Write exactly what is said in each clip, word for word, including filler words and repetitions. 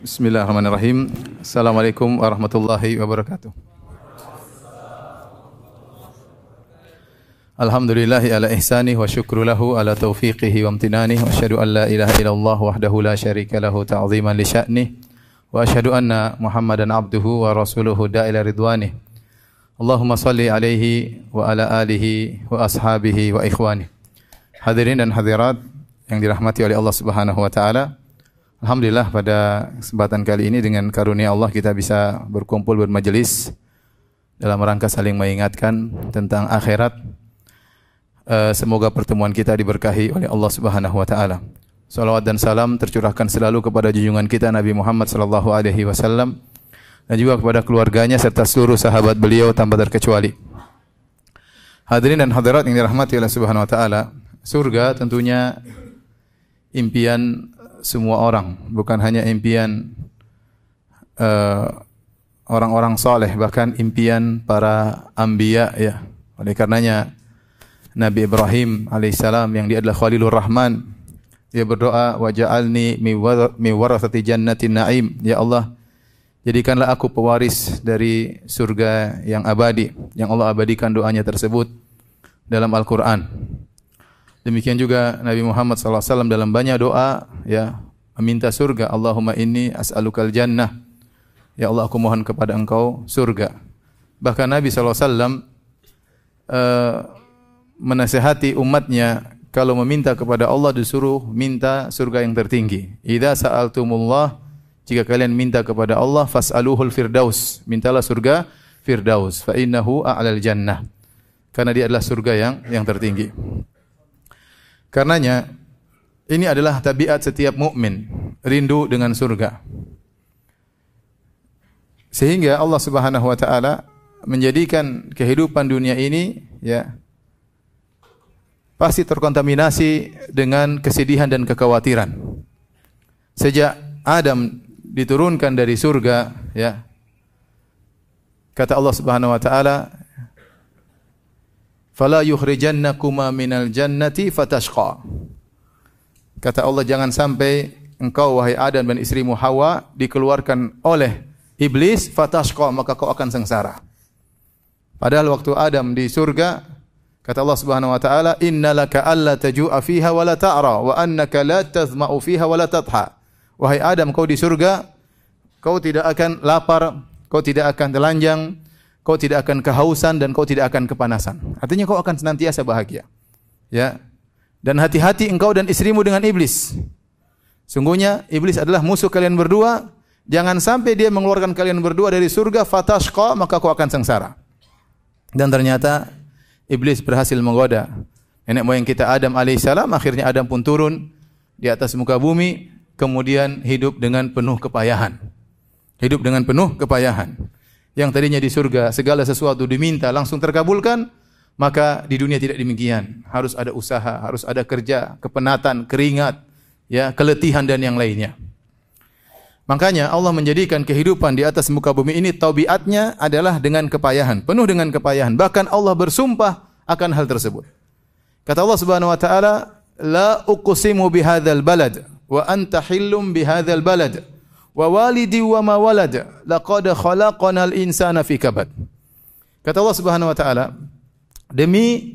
Bismillahirrahmanirrahim. Assalamualaikum warahmatullahi wabarakatuh. Alhamdulillahi ala ihsanih wa syukru lahu ala taufiqihi wa amtinanih wa asyhadu an la ilaha illallah wahdahu la syarika lahu ta'ziman li sya'nih wa asyhadu anna Muhammadan abduhu wa rasuluhu da'ila ridwanih. Allahumma salli alaihi wa ala alihi wa ashabihi wa ikhwanih. Hadirin dan hadirat yang dirahmati oleh Allah Subhanahu wa taala. Alhamdulillah pada kesempatan kali ini dengan karunia Allah kita bisa berkumpul bermajelis dalam rangka saling mengingatkan tentang akhirat. Semoga pertemuan kita diberkahi oleh Allah Subhanahu wa taala. Salawat dan salam tercurahkan selalu kepada junjungan kita Nabi Muhammad sallallahu alaihi wasallam dan juga kepada keluarganya serta seluruh sahabat beliau tanpa terkecuali. Hadirin dan hadirat yang dirahmati oleh Subhanahu wa taala, surga tentunya impian semua orang, bukan hanya impian uh, orang-orang saleh, bahkan impian para anbiya ya. Oleh karenanya Nabi Ibrahim alaihissalam yang dia adalah Khalilur Rahman, dia berdoa, waj'alni min warathati jannatin na'im, ya Allah jadikanlah aku pewaris dari surga yang abadi, yang Allah abadikan doanya tersebut dalam Al-Qur'an. Demikian juga Nabi Muhammad sallallahu alaihi wasallam dalam banyak doa ya meminta surga. Allahumma inni as'alukal jannah. Ya Allah aku mohon kepada Engkau surga. Bahkan Nabi sallallahu alaihi wasallam uh, menasihati umatnya kalau meminta kepada Allah disuruh minta surga yang tertinggi. Idza sa'altumullah, jika kalian minta kepada Allah, fas'aluhul firdaus, mintalah surga firdaus, fa innahu a'lal jannah. Karena dia adalah surga yang yang tertinggi. Karenanya ini adalah tabiat setiap mukmin, rindu dengan surga. Sehingga Allah Subhanahu wa taala menjadikan kehidupan dunia ini ya pasti terkontaminasi dengan kesedihan dan kekhawatiran. Sejak Adam diturunkan dari surga ya, kata Allah Subhanahu wa taala, fala yukhrijannakuma minal jannati fatashqa. Kata Allah, jangan sampai engkau wahai Adam dan istrimu Hawa dikeluarkan oleh iblis, fatashqa, maka kau akan sengsara. Padahal waktu Adam di surga, kata Allah Subhanahu wa taala, innalaka alla taju'a fiha wa la ta'ra wa annaka la tazma'u fiha wa la tadha. Wahai Adam, kau di surga, kau tidak akan lapar, kau tidak akan telanjang, kau tidak akan kehausan dan kau tidak akan kepanasan. Artinya kau akan senantiasa bahagia. Ya. Dan hati-hati engkau dan istrimu dengan iblis. Sungguhnya iblis adalah musuh kalian berdua. Jangan sampai dia mengeluarkan kalian berdua dari surga, fatashqa, maka kau akan sengsara. Dan ternyata iblis berhasil menggoda nenek moyang kita Adam alaihissalam. Akhirnya Adam pun turun di atas muka bumi, kemudian hidup dengan penuh kepayahan. Hidup dengan penuh kepayahan. Yang tadinya di surga segala sesuatu diminta langsung terkabulkan, maka di dunia tidak demikian. Harus ada usaha, harus ada kerja, kepenatan, keringat, ya, keletihan dan yang lainnya. Makanya Allah menjadikan kehidupan di atas muka bumi ini tabiatnya adalah dengan kepayahan, penuh dengan kepayahan. Bahkan Allah bersumpah akan hal tersebut. Kata Allah Subhanahu wa taala, la uqsimu bihadzal balad wa anta hillum bihadzal balad. Wa walidi wa ma walad laqad khalaqnal insana fi kabad. Kata Allah Subhanahu wa taala, demi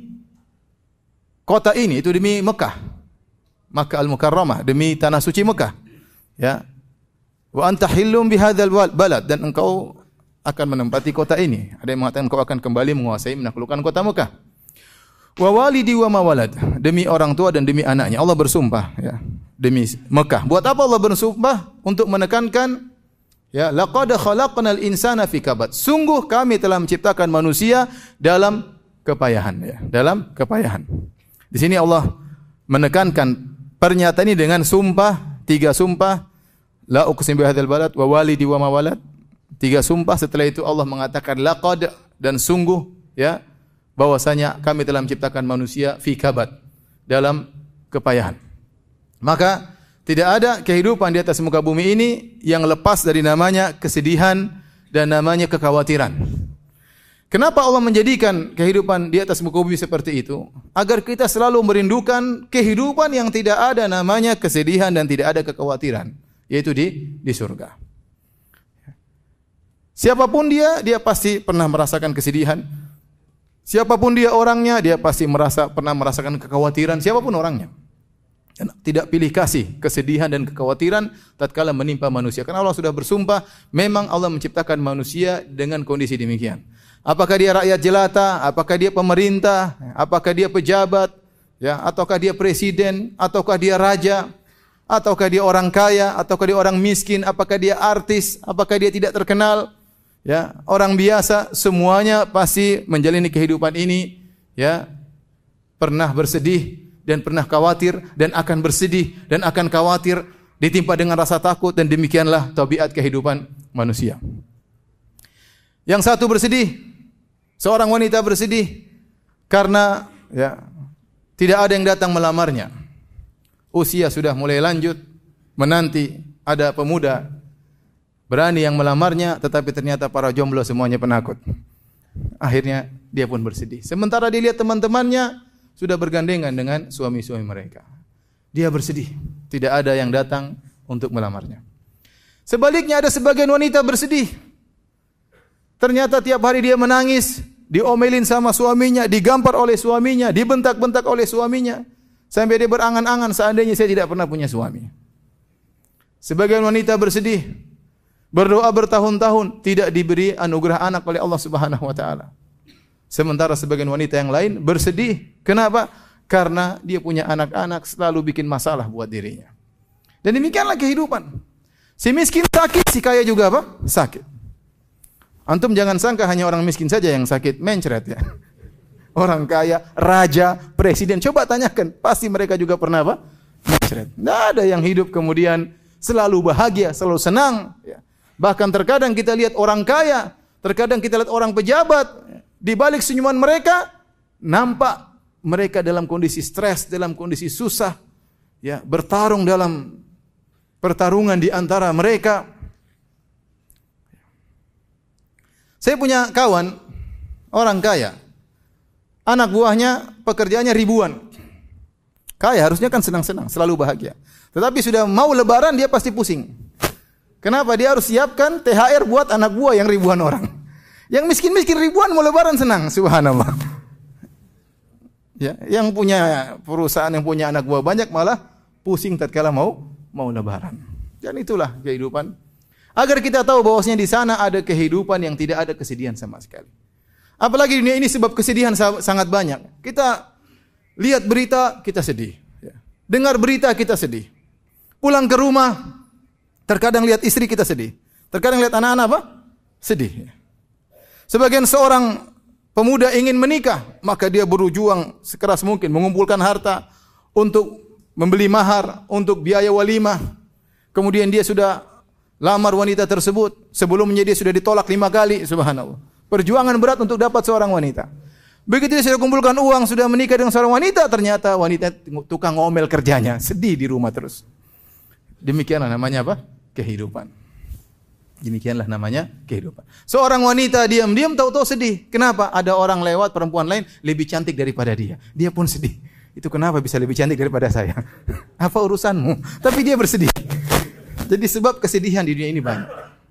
kota ini, itu demi Mekah, Makkah Al-Mukarramah, demi tanah suci Mekah, ya. Wa anta hillum bihadzal balad, dan engkau akan menempati kota ini. Ada yang mengatakan engkau akan kembali menguasai menaklukkan kota Mekah. Wa walidi wa ma walad, demi orang tua dan demi anaknya. Allah bersumpah ya, demi Mekah. Buat apa Allah bersumpah? Untuk menekankan ya, laqad khalaqnal insana fi kabad. Sungguh kami telah menciptakan manusia dalam kepayahan ya, dalam kepayahan. Di sini Allah menekankan pernyataan ini dengan sumpah, tiga sumpah. La uqsimu bihadzal balad wa walidi wa ma walad. Tiga sumpah, setelah itu Allah mengatakan laqad, dan sungguh ya, bahwasanya kami telah menciptakan manusia fi kabad, dalam kepayahan. Maka tidak ada kehidupan di atas muka bumi ini yang lepas dari namanya kesedihan dan namanya kekhawatiran. Kenapa Allah menjadikan kehidupan di atas muka bumi seperti itu? Agar kita selalu merindukan kehidupan yang tidak ada namanya kesedihan dan tidak ada kekhawatiran. yaitu di di surga. Siapapun dia, dia pasti pernah merasakan kesedihan. Siapapun dia orangnya, dia pasti merasa pernah merasakan kekhawatiran, siapapun orangnya. Dan tidak pilih kasih kesedihan dan kekhawatiran tatkala menimpa manusia. Karena Allah sudah bersumpah, memang Allah menciptakan manusia dengan kondisi demikian. Apakah dia rakyat jelata, apakah dia pemerintah, apakah dia pejabat, ya, ataukah dia presiden, ataukah dia raja, ataukah dia orang kaya, ataukah dia orang miskin, apakah dia artis, apakah dia tidak terkenal, ya, orang biasa, semuanya pasti menjalani kehidupan ini, ya, pernah bersedih dan pernah khawatir dan akan bersedih dan akan khawatir, ditimpa dengan rasa takut, dan demikianlah tabiat kehidupan manusia. Yang satu bersedih, seorang wanita bersedih karena, ya, tidak ada yang datang melamarnya. Usia sudah mulai lanjut, menanti ada pemuda berani yang melamarnya, tetapi ternyata para jomblo semuanya penakut. Akhirnya dia pun bersedih. Sementara dia lihat teman-temannya sudah bergandengan dengan suami-suami mereka. Dia bersedih, tidak ada yang datang untuk melamarnya. Sebaliknya ada sebagian wanita bersedih. Ternyata tiap hari dia menangis, diomelin sama suaminya, digampar oleh suaminya, dibentak-bentak oleh suaminya, sampai dia berangan-angan seandainya saya tidak pernah punya suami. Sebagian wanita bersedih, berdoa bertahun-tahun, tidak diberi anugerah anak oleh Allah Subhanahu wa taala. Sementara sebagian wanita yang lain bersedih. Kenapa? Karena dia punya anak-anak selalu bikin masalah buat dirinya. Dan demikianlah kehidupan. Si miskin sakit, si kaya juga apa? Sakit. Antum jangan sangka hanya orang miskin saja yang sakit, mencret ya. Orang kaya, raja, presiden, coba tanyakan, pasti mereka juga pernah apa? Mencret. Tidak ada yang hidup kemudian selalu bahagia, selalu senang. Bahkan terkadang kita lihat orang kaya, terkadang kita lihat orang pejabat, di balik senyuman mereka, nampak mereka dalam kondisi stres, dalam kondisi susah, ya, bertarung dalam pertarungan di antara mereka. Saya punya kawan, orang kaya, anak buahnya pekerjaannya ribuan. Kaya harusnya kan senang-senang, selalu bahagia. Tetapi sudah mau lebaran dia pasti pusing. Kenapa? Dia harus siapkan T H R buat anak buah yang ribuan orang. Yang miskin-miskin ribuan mau lebaran senang, subhanallah. Ya, yang punya perusahaan, yang punya anak buah banyak malah pusing tatkala mau mau lebaran. Dan itulah kehidupan. Agar kita tahu bahwasanya di sana ada kehidupan yang tidak ada kesedihan sama sekali. Apalagi dunia ini sebab kesedihan sangat banyak. Kita lihat berita, kita sedih. Dengar berita, kita sedih. Pulang ke rumah, terkadang lihat istri kita sedih. Terkadang lihat anak-anak apa? Sedih. Sebagian seorang pemuda ingin menikah, maka dia berjuang sekeras mungkin mengumpulkan harta untuk membeli mahar, untuk biaya walimah. Kemudian dia sudah lamar wanita tersebut, sebelumnya dia sudah ditolak lima kali, subhanallah. Perjuangan berat untuk dapat seorang wanita. Begitu dia sudah kumpulkan uang, sudah menikah dengan seorang wanita, ternyata wanita tukang ngomel kerjanya, sedih di rumah terus. Demikianlah namanya apa? Kehidupan. Demikianlah namanya kehidupan. Seorang wanita diam-diam tahu-tahu sedih. Kenapa? Ada orang lewat, perempuan lain lebih cantik daripada dia. Dia pun sedih. Itu kenapa bisa lebih cantik daripada saya? Apa urusanmu? Tapi dia bersedih. Jadi sebab kesedihan di dunia ini banyak.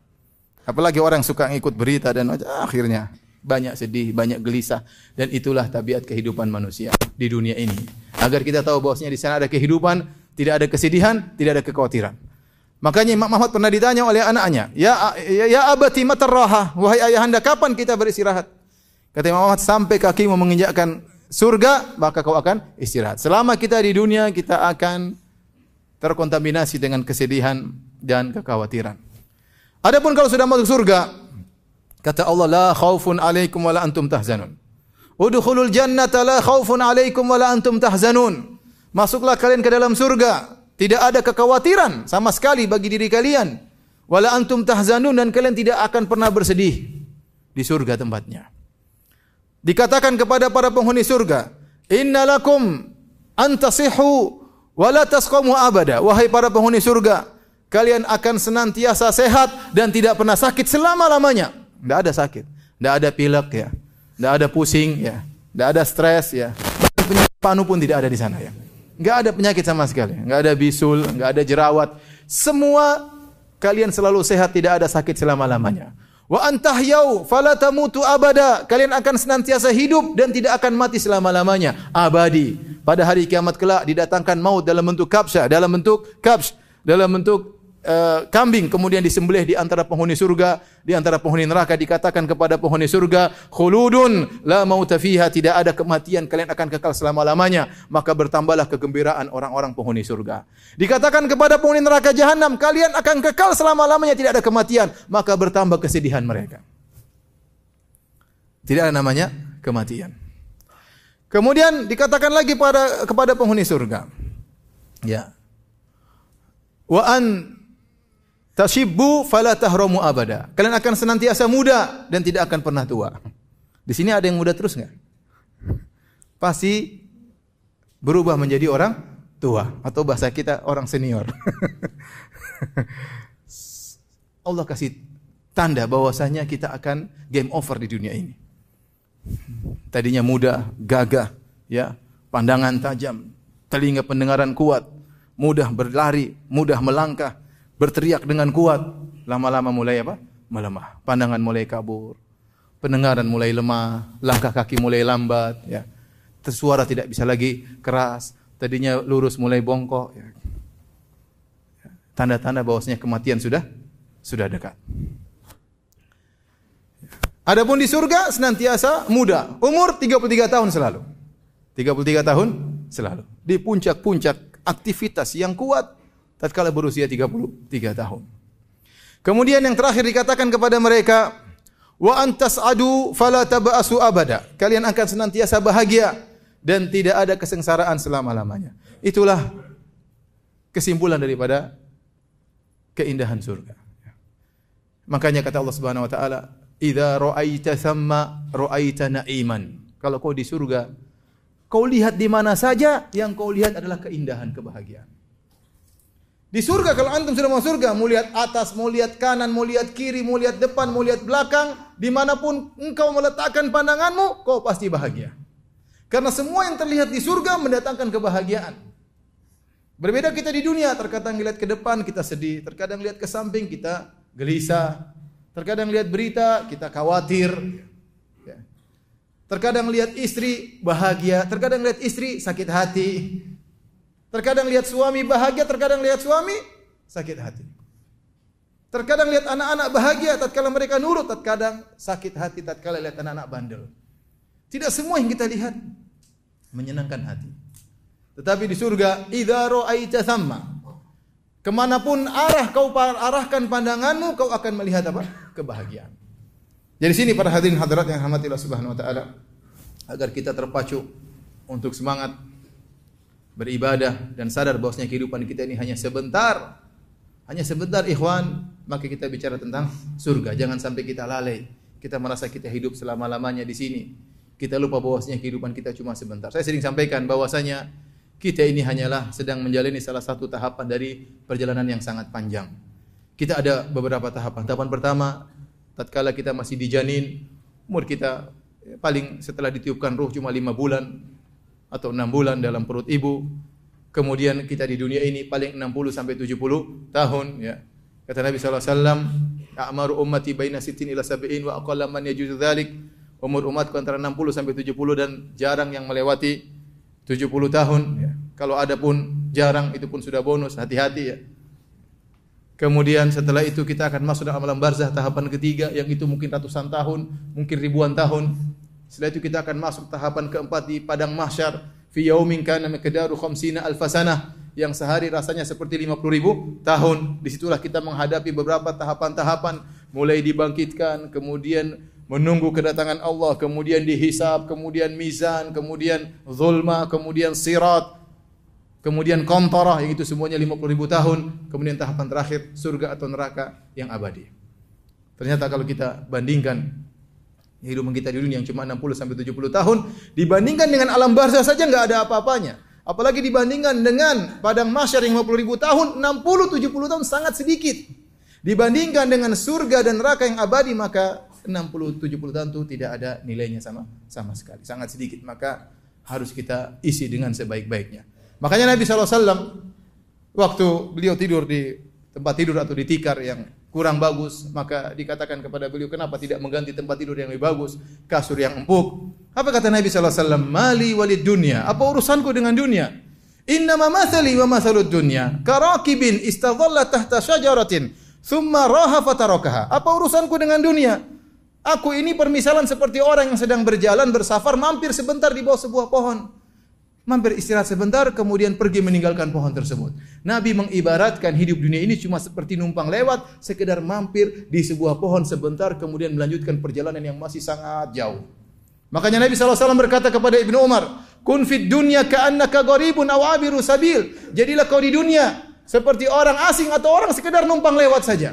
Apalagi orang suka ngikut berita dan akhirnya banyak sedih, banyak gelisah. Dan itulah tabiat kehidupan manusia di dunia ini. Agar kita tahu bahwasanya di sana ada kehidupan, tidak ada kesedihan, tidak ada kekhawatiran. Makanya Imam Ahmad pernah ditanya oleh anaknya, ya ya, ya abati matar raha, wahai ayahanda kapan kita beristirahat? Kata Imam Ahmad, sampai kakimu menginjakkan surga, maka kau akan istirahat. Selama kita di dunia, kita akan terkontaminasi dengan kesedihan dan kekhawatiran. Adapun kalau sudah masuk surga, kata Allah, la khaufun alaikum wa la antum tahzanun. Udkhulul jannata la khaufun alaikum wa la antum tahzanun. Masuklah kalian ke dalam surga. Tidak ada kekhawatiran sama sekali bagi diri kalian. Wala antum tahzanun, dan kalian tidak akan pernah bersedih di surga tempatnya. Dikatakan kepada para penghuni surga, innalakum antasihu wala tasqamu abada. Wahai para penghuni surga, kalian akan senantiasa sehat dan tidak pernah sakit selama-lamanya. Tidak ada sakit, tidak ada pilek ya, tidak ada pusing ya, tidak ada stres ya. Penyakit panu pun tidak ada di sana ya. Enggak ada penyakit sama sekali, enggak ada bisul, enggak ada jerawat. semua kalian selalu sehat, tidak ada sakit selama-lamanya. Wa antahyau fala tamutu abada. Kalian akan senantiasa hidup dan tidak akan mati selama-lamanya, abadi. Pada hari kiamat kelak didatangkan maut dalam bentuk kabsah, dalam bentuk kabs, dalam bentuk Uh, kambing, kemudian disembelih di antara penghuni surga, di antara penghuni neraka. Dikatakan kepada penghuni surga, khuludun la mauta fiha, tidak ada kematian, kalian akan kekal selama-lamanya. Maka bertambahlah kegembiraan orang-orang penghuni surga. Dikatakan kepada penghuni neraka jahanam, kalian akan kekal selama-lamanya, tidak ada kematian. Maka bertambah kesedihan mereka. Tidak ada namanya kematian. Kemudian dikatakan lagi pada kepada penghuni surga, ya, wa an tashibbu fala tahramu abada. Kalian akan senantiasa muda dan tidak akan pernah tua. Di sini ada yang muda terus enggak? Pasti berubah menjadi orang tua, atau bahasa kita orang senior. Allah kasih tanda bahwasanya kita akan game over di dunia ini. Tadinya muda, gagah, ya, pandangan tajam, telinga pendengaran kuat, mudah berlari, mudah melangkah, berteriak dengan kuat, lama-lama mulai apa? Melemah. Pandangan mulai kabur, pendengaran mulai lemah, langkah kaki mulai lambat, ya. Suara tidak bisa lagi keras, tadinya lurus mulai bongkok, ya. Tanda-tanda bahwasanya kematian sudah sudah dekat. Adapun di surga senantiasa muda, umur tiga puluh tiga tahun selalu. tiga puluh tiga tahun selalu. Di puncak-puncak aktivitas yang kuat tatkala berusia tiga puluh tiga tahun. Kemudian yang terakhir dikatakan kepada mereka, wa antas'adu fala taba'asu abada. Kalian akan senantiasa bahagia dan tidak ada kesengsaraan selama-lamanya. Itulah kesimpulan daripada keindahan surga. Makanya kata Allah Subhanahu wa taala, "Idza ra'aita thamma ra'aita na'iman." Kalau kau di surga, kau lihat di mana saja, yang kau lihat adalah keindahan, kebahagiaan. Di surga, kalau antum sudah mau surga, mau lihat atas, mau lihat kanan, mau lihat kiri, mau lihat depan, mau lihat belakang, dimanapun engkau meletakkan pandanganmu, kau pasti bahagia. Karena semua yang terlihat di surga mendatangkan kebahagiaan. Berbeda kita di dunia, terkadang lihat ke depan kita sedih, terkadang lihat ke samping kita gelisah, terkadang lihat berita kita khawatir, terkadang lihat istri bahagia, terkadang lihat istri sakit hati. Terkadang lihat suami bahagia, terkadang lihat suami sakit hati. Terkadang lihat anak-anak bahagia tatkala mereka nurut, terkadang sakit hati tatkala lihat anak-anak bandel. Tidak semua yang kita lihat menyenangkan hati. Tetapi di surga, idza ra'aita thamma, kemanapun arah kau arahkan pandanganmu, kau akan melihat apa? Kebahagiaan. Jadi sini para hadirin hadirat yang rahmati Allah Subhanahu wa taala, agar kita terpacu untuk semangat beribadah dan sadar bahwasanya kehidupan kita ini hanya sebentar. Hanya sebentar, ikhwan. Maka kita bicara tentang surga. Jangan sampai kita lalai. Kita merasa kita hidup selama-lamanya di sini. Kita lupa bahwasanya kehidupan kita cuma sebentar. Saya sering sampaikan bahwasanya kita ini hanyalah sedang menjalani salah satu tahapan dari perjalanan yang sangat panjang. Kita ada beberapa tahapan. Tahapan pertama, tatkala kita masih di janin, umur kita paling setelah ditiupkan ruh cuma lima bulan atau enam bulan dalam perut ibu. Kemudian kita di dunia ini paling enam puluh sampai tujuh puluh tahun, ya. Kata Nabi sallallahu alaihi wasallam, "A'maru ummati baina sittin ila sab'in wa aqalla man yajuzu dzalik." Umur umatku antara enam puluh sampai tujuh puluh dan jarang yang melewati tujuh puluh tahun, ya. Kalau ada pun jarang, itu pun sudah bonus, hati-hati, ya. Kemudian setelah itu kita akan masuk dalam alam barzah, tahapan ketiga, yang itu mungkin ratusan tahun, mungkin ribuan tahun. Setelah itu kita akan masuk tahapan keempat di padang mahsyar, fi yaumin kana miqdaru khamsina alf sanah, yang sehari rasanya seperti lima puluh ribu tahun. Disitulah kita menghadapi beberapa tahapan-tahapan, mulai dibangkitkan, kemudian menunggu kedatangan Allah, kemudian dihisab, kemudian mizan, kemudian zulma, kemudian sirat, kemudian qantarah, yang itu semuanya lima puluh ribu tahun. Kemudian tahapan terakhir, surga atau neraka yang abadi. Ternyata kalau kita bandingkan kehidupan kita di dunia yang cuma enam puluh sampai tujuh puluh tahun, dibandingkan dengan alam barzah saja enggak ada apa-apanya. Apalagi dibandingkan dengan padang mahsyar yang lima puluh ribu tahun, enam puluh tujuh puluh tahun sangat sedikit. Dibandingkan dengan surga dan neraka yang abadi, maka enam puluh tujuh puluh tahun itu tidak ada nilainya sama sama sekali, sangat sedikit. Maka harus kita isi dengan sebaik-baiknya. Makanya Nabi sallallahu alaihi wasallam waktu beliau tidur di tempat tidur atau di tikar yang kurang bagus, maka dikatakan kepada beliau, kenapa tidak mengganti tempat tidur yang lebih bagus, kasur yang empuk? Apa kata Nabi sallallahu alaihi wasallam? Mali walid dunya. Apa urusanku dengan dunia? Innama mathali wa mathalud dunya karakibin istadhalla tahta syajaratin thumma raha fatarakaha. Apa urusanku dengan dunia? Aku ini permisalan seperti orang yang sedang berjalan bersafar, mampir sebentar di bawah sebuah pohon. Mampir istirahat sebentar, kemudian pergi meninggalkan pohon tersebut. Nabi mengibaratkan hidup dunia ini cuma seperti numpang lewat, sekedar mampir di sebuah pohon sebentar, kemudian melanjutkan perjalanan yang masih sangat jauh. Makanya Nabi sallallahu alaihi wasallam berkata kepada Ibnu Umar, kun fid dunya ka'annaka gharibun aw abiru sabil. Jadilah kau di dunia seperti orang asing atau orang sekedar numpang lewat saja.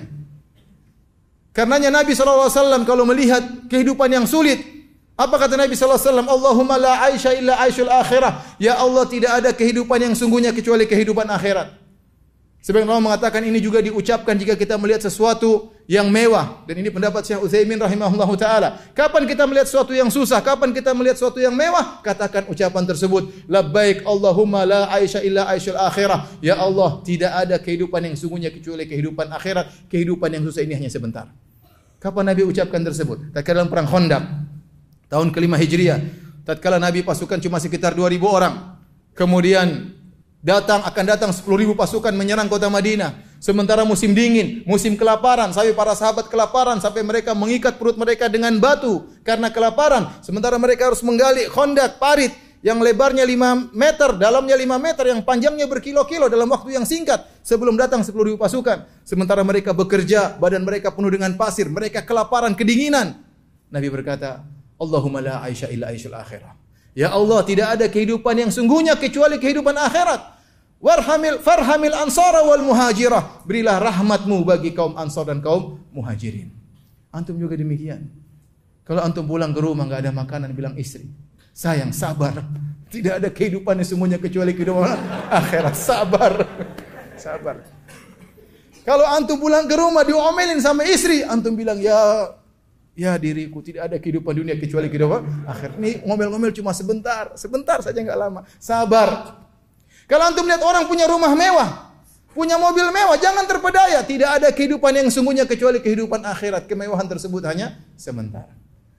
Karenanya Nabi sallallahu alaihi wasallam kalau melihat kehidupan yang sulit, apa kata Nabi sallallahu alaihi wasallam? Allahumma la aisha illa aishul akhirah. Ya Allah, tidak ada kehidupan yang sungguhnya kecuali kehidupan akhirat. Sebagian ulama mengatakan ini juga diucapkan jika kita melihat sesuatu yang mewah, dan ini pendapat Syekh Utsaimin rahimahullahu taala. Kapan kita melihat sesuatu yang susah, kapan kita melihat sesuatu yang mewah, katakan ucapan tersebut, labbaik Allahumma la aisha illa aishul akhirah. Ya Allah, tidak ada kehidupan yang sungguhnya kecuali kehidupan akhirat. Kehidupan yang susah ini hanya sebentar. Kapan Nabi ucapkan tersebut? Tatkala dalam perang Khandaq tahun kelima Hijriah, tatkala Nabi pasukan cuma sekitar dua ribu orang. Kemudian datang akan datang sepuluh ribu pasukan menyerang kota Madinah. Sementara musim dingin, musim kelaparan, sampai para sahabat kelaparan sampai mereka mengikat perut mereka dengan batu karena kelaparan. Sementara mereka harus menggali khandaq, parit yang lebarnya lima meter, dalamnya lima meter, yang panjangnya berkilo-kilo dalam waktu yang singkat sebelum datang sepuluh ribu pasukan. Sementara mereka bekerja, badan mereka penuh dengan pasir, mereka kelaparan, kedinginan. Nabi berkata, Allahumma la aisha illa aishul akhirah. Ya Allah, tidak ada kehidupan yang sungguhnya kecuali kehidupan akhirat. Warhamil farhamil ansara wal muhajirah. Berilah rahmatmu bagi kaum Ansar dan kaum Muhajirin. Antum juga demikian. Kalau antum pulang ke rumah enggak ada makanan, bilang istri, sayang, sabar. Tidak ada kehidupan yang sungguhnya kecuali kehidupan akhirat. Sabar. Sabar. Kalau antum pulang ke rumah diomelin sama istri, antum bilang, ya ya diriku, tidak ada kehidupan dunia kecuali kehidupan akhir. Ini ngomel-ngomel cuma sebentar, sebentar saja, enggak lama. Sabar. Kalau antum lihat orang punya rumah mewah, punya mobil mewah, jangan terpedaya. Tidak ada kehidupan yang sungguhnya kecuali kehidupan akhirat. Kemewahan tersebut hanya sementara.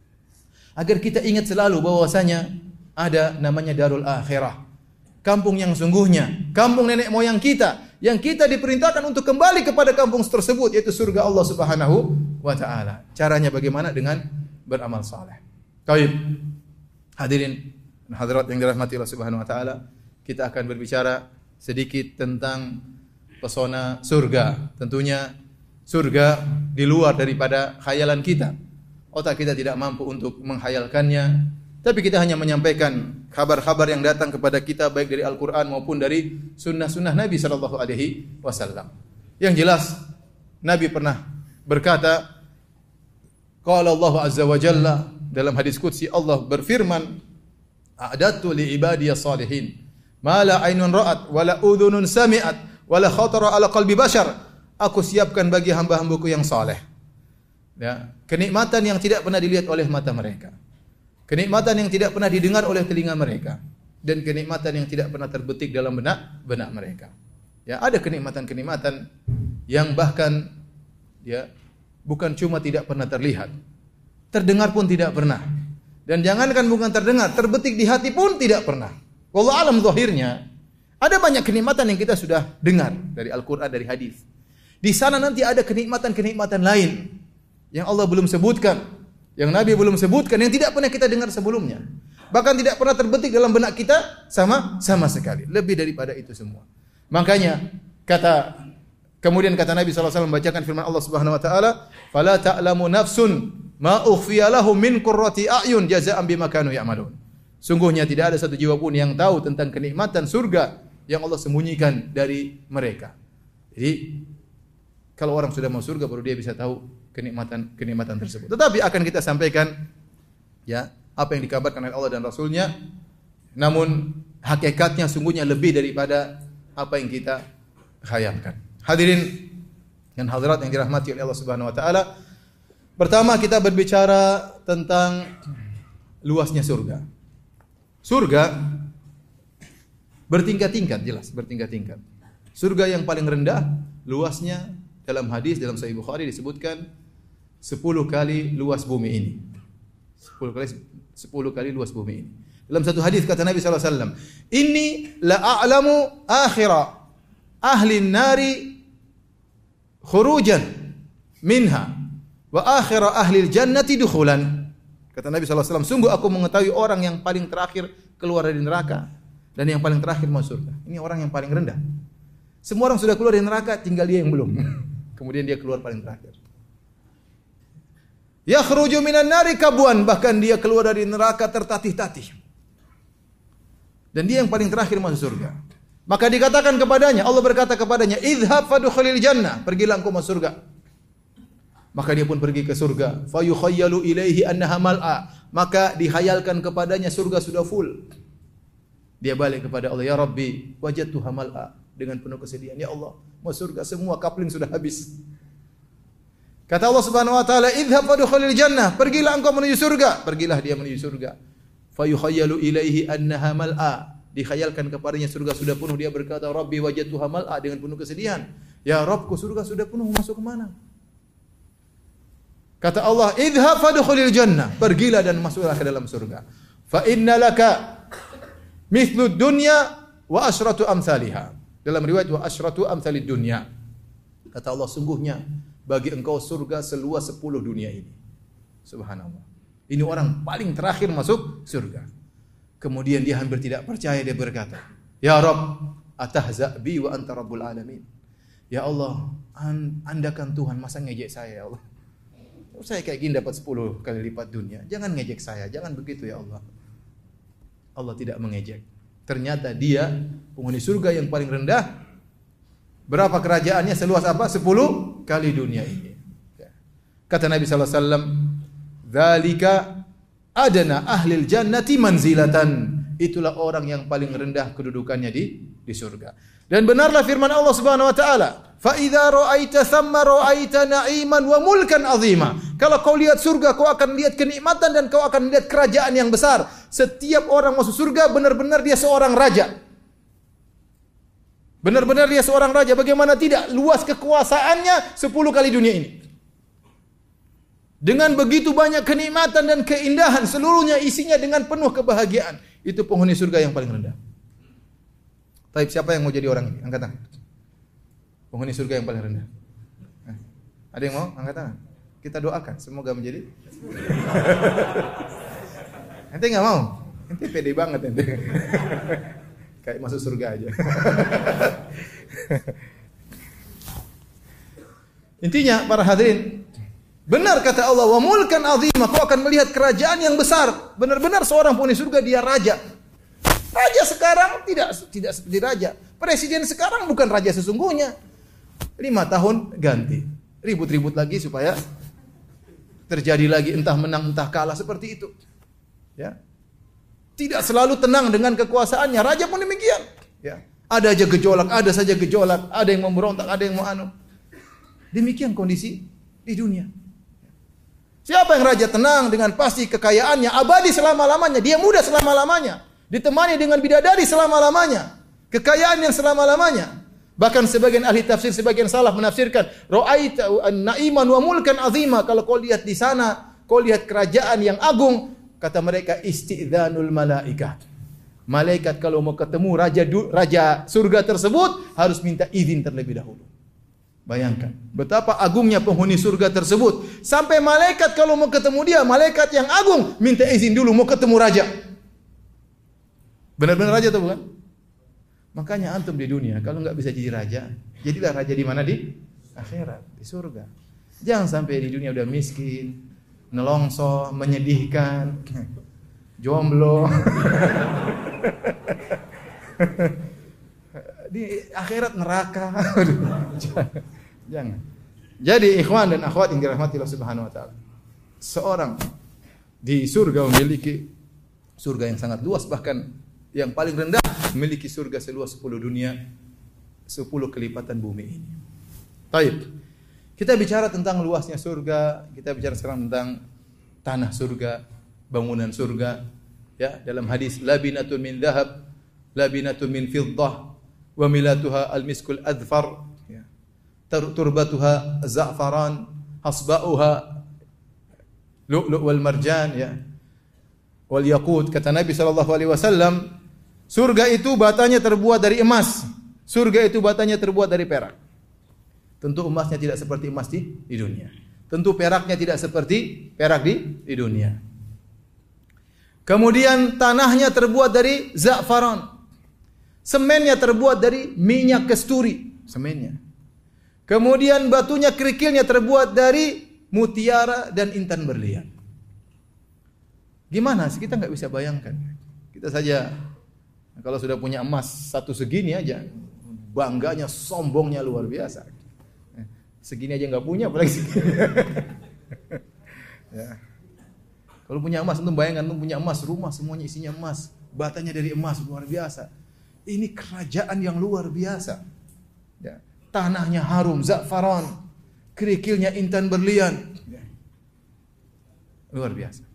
Agar kita ingat selalu bahwasanya ada namanya darul akhirah. Kampung yang sungguhnya, kampung nenek moyang kita, yang kita diperintahkan untuk kembali kepada kampung tersebut, yaitu surga Allah Subhanahu wa taala. Caranya bagaimana? Dengan beramal saleh. Baik. Hadirin dan hadirat yang dirahmati Allah Subhanahu wa taala, kita akan berbicara sedikit tentang pesona surga. Tentunya surga di luar daripada khayalan kita. Otak kita tidak mampu untuk menghayalkannya, tapi kita hanya menyampaikan kabar-kabar yang datang kepada kita baik dari Al-Quran maupun dari sunnah-sunnah Nabi sallallahu alaihi wasallam. Yang jelas Nabi pernah berkata, qala Allah azza wa jalla, dalam hadis qudsi Allah berfirman, a'dadtu li ibadiyas salihin ma la ainun ra'at wa la udhunun sami'at wa la khatara ala qalbi bashar. Aku siapkan bagi hamba-hambaku yang saleh, ya, kenikmatan yang tidak pernah dilihat oleh mata mereka, kenikmatan yang tidak pernah didengar oleh telinga mereka, dan kenikmatan yang tidak pernah terbetik dalam benak benak mereka. Ya, ada kenikmatan-kenikmatan yang bahkan ya bukan cuma tidak pernah terlihat, terdengar pun tidak pernah. Dan jangankan bukan terdengar, terbetik di hati pun tidak pernah. Wallahu alam zahirnya, ada banyak kenikmatan yang kita sudah dengar dari Al-Qur'an, dari hadis. Di sana nanti ada kenikmatan-kenikmatan lain yang Allah belum sebutkan, yang Nabi belum sebutkan, yang tidak pernah kita dengar sebelumnya. Bahkan tidak pernah terbetik dalam benak kita sama sama sekali. Lebih daripada itu semua. Makanya kata kemudian kata Nabi sallallahu alaihi wasallam membacakan firman Allah Subhanahu wa taala, "Fala ta'lamu nafsun ma ukhfiya lahum min qurrati a'yun jazaa'an bima kanu ya'malun." Sungguhnya tidak ada satu jiwa pun yang tahu tentang kenikmatan surga yang Allah sembunyikan dari mereka. Jadi kalau orang sudah mau surga baru dia bisa tahu kenikmatan-kenikmatan tersebut. Tetapi akan kita sampaikan ya apa yang dikabarkan oleh Allah dan Rasulnya, namun hakikatnya sungguhnya lebih daripada apa yang kita khayalkan. Hadirin dan hadirat yang dirahmati oleh Allah Subhanahu wa taala, pertama kita berbicara tentang luasnya surga. Surga bertingkat-tingkat, jelas bertingkat-tingkat. Surga yang paling rendah luasnya dalam hadis dalam Sahih Bukhari disebutkan sepuluh kali luas bumi ini. sepuluh kali sepuluh kali luas bumi ini. Dalam satu hadis kata Nabi sallallahu alaihi wasallam, "Inni la a'lamu akhira ahli nari khurujan minha wa akhira ahli jannati dukhulan." Kata Nabi sallallahu alaihi wasallam, sungguh aku mengetahui orang yang paling terakhir keluar dari neraka dan yang paling terakhir masuk surga. Ini orang yang paling rendah. Semua orang sudah keluar dari neraka, tinggal dia yang belum. Kemudian dia keluar paling terakhir. Yakhruju minan nari kabwan, bahkan dia keluar dari neraka tertatih-tatih. Dan dia yang paling terakhir masuk surga. Maka dikatakan kepadanya, Allah berkata kepadanya, "Idhhab fadkhulil jannah." Pergilah engkau masuk surga. Maka dia pun pergi ke surga. Fa yukhayyalu ilaihi annaha mal'a. Maka dihayalkan kepadanya surga sudah full. Dia balik kepada Allah, "Ya Rabbi, wajadtuha mal'a." Dengan penuh kesedihan, "Ya Allah, masuk surga semua kapling sudah habis." Kata Allah Subhanahu wa taala, "Idhhab fadkhulil jannah." Pergilah engkau menuju surga. Pergilah dia menuju surga. Fa yukhayyalu ilaihi annaha mal'a. Dikhayalkan kepadanya surga sudah penuh, dia berkata, "Rabbi wajadtuha mal'a," dengan penuh kesedihan. "Ya Rabbku, surga sudah penuh, masuk ke mana?" Kata Allah, "Idhhab fadkhulil jannah." Pergilah dan masuklah ke dalam surga. "Fa inna laka mithlu dunya wa asyratu amsalihha." Dalam riwayat wa asyratu amsalid dunya. Kata Allah, sungguhnya bagi engkau surga seluas sepuluh dunia ini. Subhanallah. Ini orang paling terakhir masuk surga. Kemudian dia hampir tidak percaya, dia berkata, "Ya Rabb, atahza bi wa anta rabbul alamin." Ya Allah, Anda kan Tuhan, masa ngejek saya ya Allah? Saya kayak gini dapat sepuluh kali lipat dunia. Jangan ngejek saya, jangan begitu ya Allah. Allah tidak mengejek. Ternyata dia penghuni surga yang paling rendah. Berapa kerajaannya? Seluas apa? sepuluh kali dunia ini. Kata Nabi sallallahu alaihi wasallam, "Dzalika adna ahlil jannati manzilatan." Itulah orang yang paling rendah kedudukannya di di surga. Dan benarlah firman Allah Subhanahu wa taala, "Fa idza ra'aita thamma ra'aita na'iman wa mulkan 'azima." Kalau kau lihat surga, kau akan lihat kenikmatan dan kau akan lihat kerajaan yang besar. Setiap orang masuk surga benar-benar dia seorang raja. Benar-benar dia seorang raja. Bagaimana tidak? Luas kekuasaannya sepuluh kali dunia ini. Dengan begitu banyak kenikmatan dan keindahan, seluruhnya isinya dengan penuh kebahagiaan. Itu penghuni surga yang paling rendah. Taib, siapa yang mau jadi orang ini? Angkat tangan. Penghuni surga yang paling rendah. Ada yang mau? Angkat tangan. Kita doakan semoga menjadi. Ente nggak mau? Ente pede banget ente. Kayak masuk surga aja. Intinya para hadirin, benar kata Allah, wa mulkan azimah, kau akan melihat kerajaan yang besar. Benar-benar seorang penghuni surga dia raja. Raja sekarang tidak tidak seperti raja. Presiden sekarang bukan raja sesungguhnya. Lima tahun ganti, ribut-ribut lagi supaya terjadi lagi entah menang entah kalah seperti itu. Ya, tidak selalu tenang dengan kekuasaannya. Raja pun demikian. Ya, ada aja gejolak, ada saja gejolak, ada yang memberontak, ada yang mau anu. Demikian kondisi di dunia. Siapa yang raja tenang dengan pasti kekayaannya abadi selama-lamanya, dia muda selama-lamanya, ditemani dengan bidadari selama-lamanya, kekayaan yang selama-lamanya. Bahkan sebagian ahli tafsir, sebagian salaf menafsirkan, ra'aita an-na'iman wa mulkan azima, kalau kau lihat di sana, kau lihat kerajaan yang agung, kata mereka istidzanul malaikat. Malaikat kalau mau ketemu raja raja surga tersebut harus minta izin terlebih dahulu. Bayangkan betapa agungnya penghuni surga tersebut. Sampai malaikat kalau mau ketemu dia, malaikat yang agung minta izin dulu mau ketemu raja. Benar-benar raja atau bukan? Makanya antum di dunia kalau nggak bisa jadi raja, jadilah raja di mana? Di akhirat, di surga. Jangan sampai di dunia udah miskin, nelongso, menyedihkan, jomblo. Di akhirat neraka. Jangan. Jadi ikhwan dan akhwat yang dirahmati Allah Subhanahu wa taala. Seorang di surga memiliki surga yang sangat luas, bahkan yang paling rendah memiliki surga seluas sepuluh dunia, sepuluh kelipatan bumi ini. Baik. Kita bicara tentang luasnya surga, kita bicara sekarang tentang tanah surga, bangunan surga. Ya, dalam hadis labinatun min dhahab, labinatun min fiddah, wa milatuha al-miskul adfar. Ya. turbatuha za'faran, hasba'uha lu'lu' wal marjan ya. Wal yaqut, kata Nabi sallallahu alaihi wasallam, surga itu batanya terbuat dari emas, surga itu batanya terbuat dari perak. Tentu emasnya tidak seperti emas di, di dunia. Tentu peraknya tidak seperti perak di, di dunia. Kemudian tanahnya terbuat dari za'faran. Semennya terbuat dari minyak kasturi, semennya. Kemudian batunya, kerikilnya terbuat dari mutiara dan intan berlian. Gimana sih, kita nggak bisa bayangkan. Kita saja kalau sudah punya emas satu segini aja, bangganya, sombongnya luar biasa. Segini aja nggak punya, apalagi segini. Ya. Kalau punya emas, antum bayangkan, antum punya emas, rumah semuanya isinya emas, batanya dari emas, luar biasa. Ini kerajaan yang luar biasa. Ya. Tanahnya harum, za'faran, kerikilnya intan berlian. Ya. Luar biasa.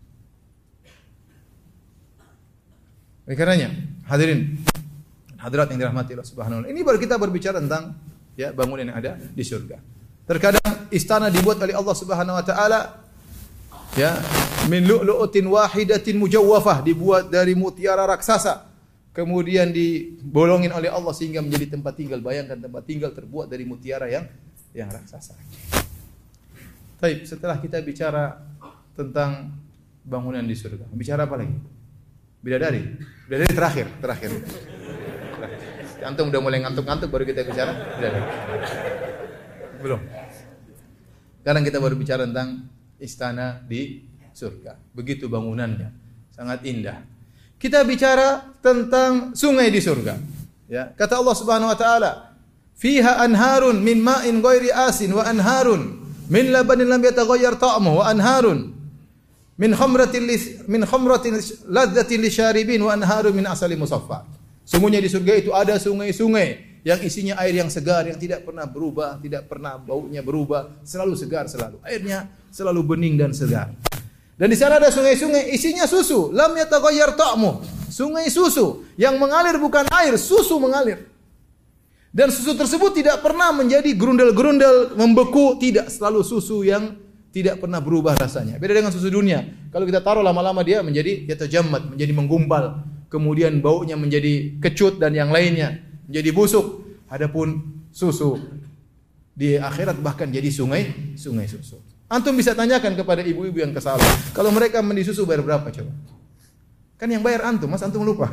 Oleh karenanya, hadirin, hadirat yang dirahmati Allah Subhanahu wa taala. Ini baru kita berbicara tentang ya bangunan yang ada di surga. Terkadang istana dibuat oleh Allah Subhanahu wa taala ya, min lu'lu'atin wahidatin mujawwafah, dibuat dari mutiara raksasa. Kemudian dibolongin oleh Allah sehingga menjadi tempat tinggal. Bayangkan tempat tinggal terbuat dari mutiara yang yang raksasa. Baik, setelah kita bicara tentang bangunan di surga, bicara apa lagi? Bidadari. Bidadari terakhir, terakhir. terakhir. Antum udah mulai ngantuk-ngantuk baru kita bicara bidadari. Belum. Sekarang kita baru bicara tentang istana di surga. Begitu bangunannya, sangat indah. Kita bicara tentang sungai di surga. Ya, kata Allah Subhanahu wa taala, "Fiha anharun min ma'in ghairi asin wa anharun min labanin lam yataghayyar ta'muhu wa anharun min khamratin min khamratin ladzatin lisyaribin wa anharun min asali musaffa." Sungguhnya di surga itu ada sungai-sungai yang isinya air yang segar, yang tidak pernah berubah, tidak pernah baunya berubah, selalu segar selalu. Airnya selalu bening dan segar. Dan di sana ada sungai-sungai isinya susu, lam yataghayyar ta'muh. Sungai susu yang mengalir bukan air, susu mengalir. Dan susu tersebut tidak pernah menjadi gerundel-gerundel, membeku, tidak, selalu susu yang tidak pernah berubah rasanya. Beda dengan susu dunia. Kalau kita taruh lama-lama dia menjadi yatajammat, menjadi menggumpal, kemudian baunya menjadi kecut dan yang lainnya, menjadi busuk. Adapun susu di akhirat bahkan jadi sungai, sungai susu. Antum bisa tanyakan kepada ibu-ibu yang kesal, kalau mereka mandi susu bayar berapa coba? Kan yang bayar antum, mas antum lupa.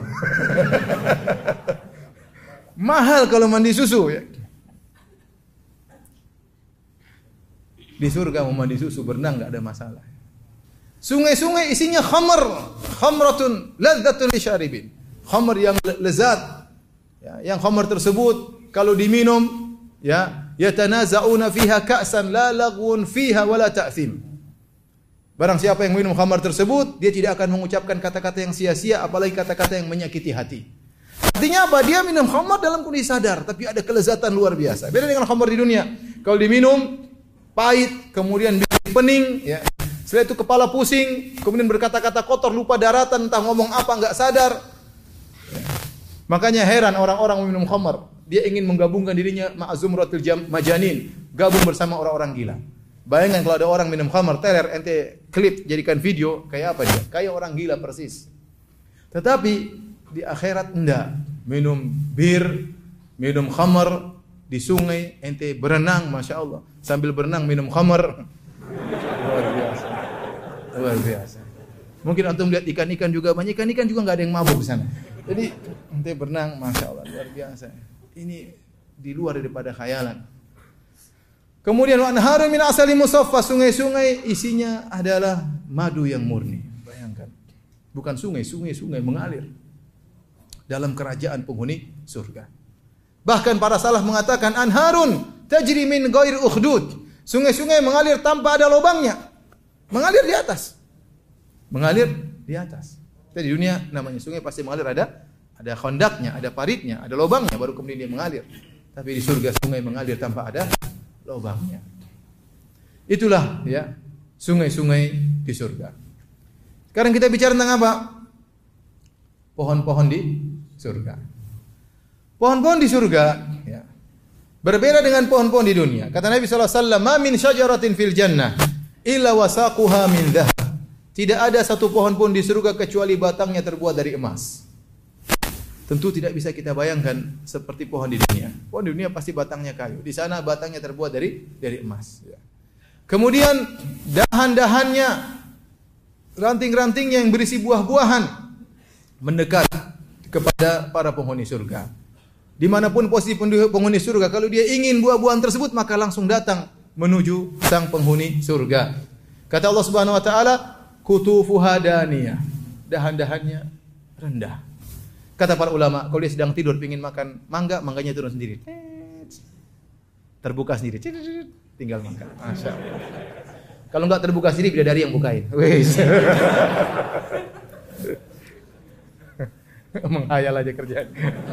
Mahal kalau mandi susu ya. Di surga mau mandi susu, berenang enggak ada masalah. Sungai-sungai isinya khamr, khamratun ladzatun lisyaribin. Khamr yang lezat. Ya, yang khamr tersebut kalau diminum ya, yatanaza'una fiha ka'san la laghun fiha wala ta'thim. Barang siapa yang minum khamar tersebut, dia tidak akan mengucapkan kata-kata yang sia-sia, apalagi kata-kata yang menyakiti hati. Artinya apa? Dia minum khamar dalam kondisi sadar, tapi ada kelezatan luar biasa. Beda dengan khamar di dunia. Kalau diminum pahit, kemudian bikin pening, ya. Setelah itu kepala pusing, kemudian berkata-kata kotor, lupa daratan, entah ngomong apa enggak sadar. Ya. Makanya heran orang-orang minum khamar. Dia ingin menggabungkan dirinya ma'azumratul majanin, gabung bersama orang-orang gila. Bayangkan kalau ada orang minum khamar, teler, ente klip, jadikan video, kayak apa dia? Kayak orang gila persis. Tetapi di akhirat enggak. Minum bir, minum khamar di sungai, ente berenang, masya Allah. Sambil berenang minum khamar. Luar biasa. Luar biasa. Mungkin antum lihat ikan-ikan juga banyak, ikan-ikan juga enggak ada yang mabuk di sana. Jadi ente berenang, masya Allah, luar biasa. Ini di luar daripada khayalan. Kemudian wa anharun min asali musaffa, sungai-sungai isinya adalah madu yang murni. Bayangkan. Bukan sungai, sungai-sungai mengalir dalam kerajaan penghuni surga. Bahkan para salaf mengatakan anharun tajri min ghairi ukhdud. Sungai-sungai mengalir tanpa ada lubangnya. Mengalir di atas. Mengalir di atas. Kita di dunia namanya sungai pasti mengalir ada ada khandaknya, ada paritnya, ada lubangnya baru kemudian dia mengalir. Tapi di surga sungai mengalir tanpa ada lubangnya. Itulah ya sungai-sungai di surga. Sekarang kita bicara tentang apa? Pohon-pohon di surga. Pohon-pohon di surga ya. Berbeda dengan pohon-pohon di dunia. Kata Nabi sallallahu alaihi wasallam, "Ma min syajaratin fil jannah illa wasaquha min dhahab." Tidak ada satu pohon pun di surga kecuali batangnya terbuat dari emas. Tentu tidak bisa kita bayangkan seperti pohon di dunia. Pohon di dunia pasti batangnya kayu. Di sana batangnya terbuat dari dari emas. Kemudian dahan-dahannya, ranting-rantingnya yang berisi buah-buahan mendekat kepada para penghuni surga. Dimanapun posisi penghuni surga, kalau dia ingin buah-buahan tersebut maka langsung datang menuju sang penghuni surga. Kata Allah Subhanahu wa taala, kutufuha daniyah. Dahan-dahannya rendah. Kata para ulama, kalau dia sedang tidur ingin makan mangga, mangganya turun sendiri. Terbuka sendiri. Tinggal makan. Masya Allah. Kalau enggak terbuka sendiri, bidadari yang bukain. Wes. Menghayal aja kerjaan.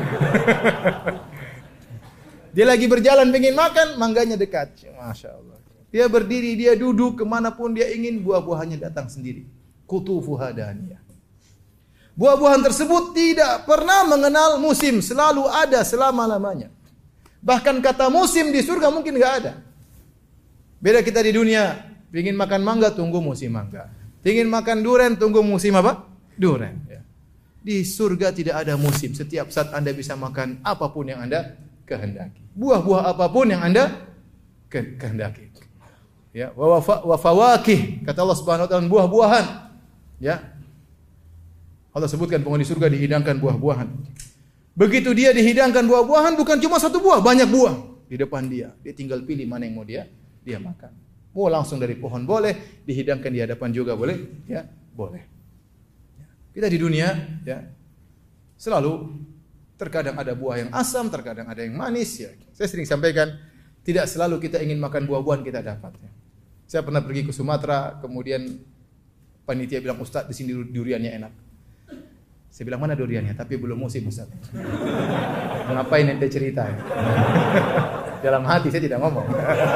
Dia lagi berjalan pengen makan, mangganya dekat. Masya Allah. Dia berdiri, dia duduk kemanapun dia ingin, buah-buahannya datang sendiri. Kutufuha daniyah. Buah-buahan tersebut tidak pernah mengenal musim, selalu ada selama-lamanya. Bahkan kata musim di surga mungkin enggak ada. Beda kita di dunia, ingin makan mangga tunggu musim mangga. Ingin makan durian tunggu musim apa? Durian. Ya. Di surga tidak ada musim. Setiap saat Anda bisa makan apapun yang Anda kehendaki. Buah-buah apapun yang Anda kehendaki. Ya, wa fawakih, kata Allah Subhanahu wa taala, buah-buahan. Ya. Allah sebutkan penghuni surga dihidangkan buah-buahan. Begitu dia dihidangkan buah-buahan, bukan cuma satu buah, banyak buah di depan dia. Dia tinggal pilih mana yang mau dia dia makan. Mau langsung dari pohon boleh, dihidangkan di hadapan juga boleh, ya, boleh. Kita di dunia, ya, selalu terkadang ada buah yang asam, terkadang ada yang manis, ya. Saya sering sampaikan, tidak selalu kita ingin makan buah-buahan kita dapat. Ya. Saya pernah pergi ke Sumatera, kemudian panitia bilang, "Ustaz, di sini duriannya enak." Saya bilang, "Mana duriannya?" Tapi belum musim, Ustaz. Ngapain ente cerita? Dalam hati saya tidak ngomong.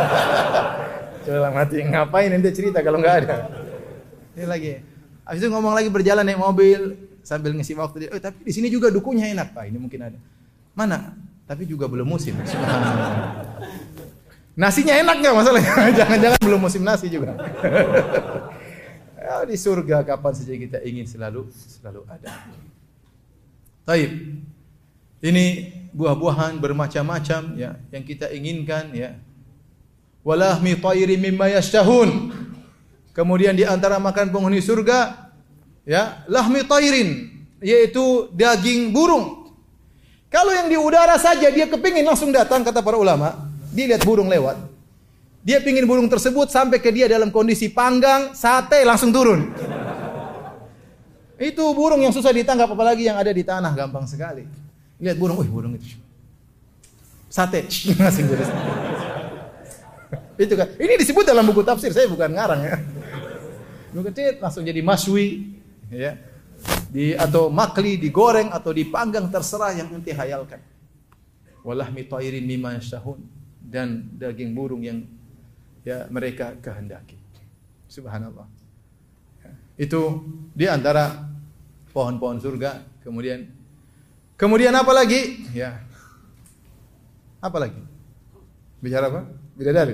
Dalam hati, ngapain ente cerita kalau enggak ada? Ini lagi. Habis itu ngomong lagi berjalan naik mobil sambil ngisi waktu dia. "Oh, tapi di sini juga dukunya enak, Pak. Ini mungkin ada." "Mana?" "Tapi juga belum musim." Nasinya enak enggak masalahnya? Jangan-jangan belum musim nasi juga. Ya, di surga kapan saja kita ingin selalu selalu ada. Taib. Ini buah-buahan bermacam-macam ya yang kita inginkan ya. Walahmi tayri mimma yashtahun. Kemudian di antara makan penghuni surga ya, lahmi tayrin, yaitu daging burung. Kalau yang di udara saja dia kepingin langsung datang, kata para ulama. Dia lihat burung lewat. Dia pingin burung tersebut sampai ke dia dalam kondisi panggang, sate langsung turun. Itu burung yang susah ditangkap, apalagi yang ada di tanah gampang sekali. Lihat burung, wih burung itu. Sate, langsung turun. Itu kan. Ini disebut dalam buku tafsir, saya bukan ngarang ya. Kecil langsung jadi maswi, ya. Di atau makli, digoreng atau dipanggang terserah yang ente hayalkan. Walahmi tayrin mimma yashtahun, dan daging burung yang ya mereka kehendaki. Subhanallah. Ya, itu di antara pohon-pohon surga. Kemudian kemudian apa lagi? Ya. Apa lagi? Bicara apa? Bidadari.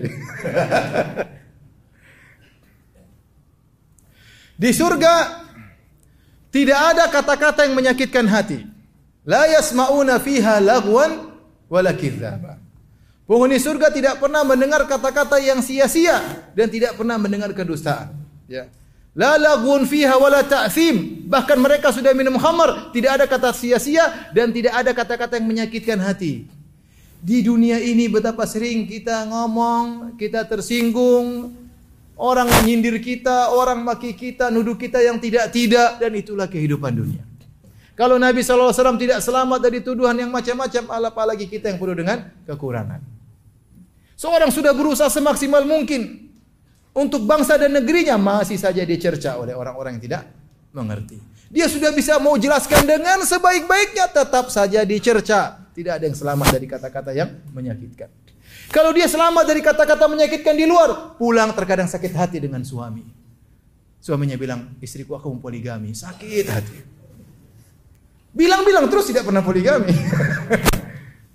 Di surga tidak ada kata-kata yang menyakitkan hati. La yasma'una fiha lagwan wala kidzaba. Penghuni surga tidak pernah mendengar kata-kata yang sia-sia dan tidak pernah mendengar kedustaan. Ya. La lagwun fiha wala ta'thim. Bahkan mereka sudah minum khamar, tidak ada kata sia-sia dan tidak ada kata-kata yang menyakitkan hati. Di dunia ini betapa sering kita ngomong, kita tersinggung, orang menyindir kita, orang maki kita, nuduh kita yang tidak-tidak, dan itulah kehidupan dunia. Kalau Nabi shallallahu alaihi wasallam tidak selamat dari tuduhan yang macam-macam, apalagi kita yang penuh dengan kekurangan. Seorang sudah berusaha semaksimal mungkin untuk bangsa dan negerinya, masih saja dicerca oleh orang-orang yang tidak mengerti. Dia sudah bisa mau jelaskan dengan sebaik-baiknya, tetap saja dicerca. Tidak ada yang selamat dari kata-kata yang menyakitkan. Kalau dia selamat dari kata-kata menyakitkan di luar, pulang terkadang sakit hati dengan suami. Suaminya bilang, istriku aku poligami, sakit hati. Bilang-bilang terus tidak pernah poligami.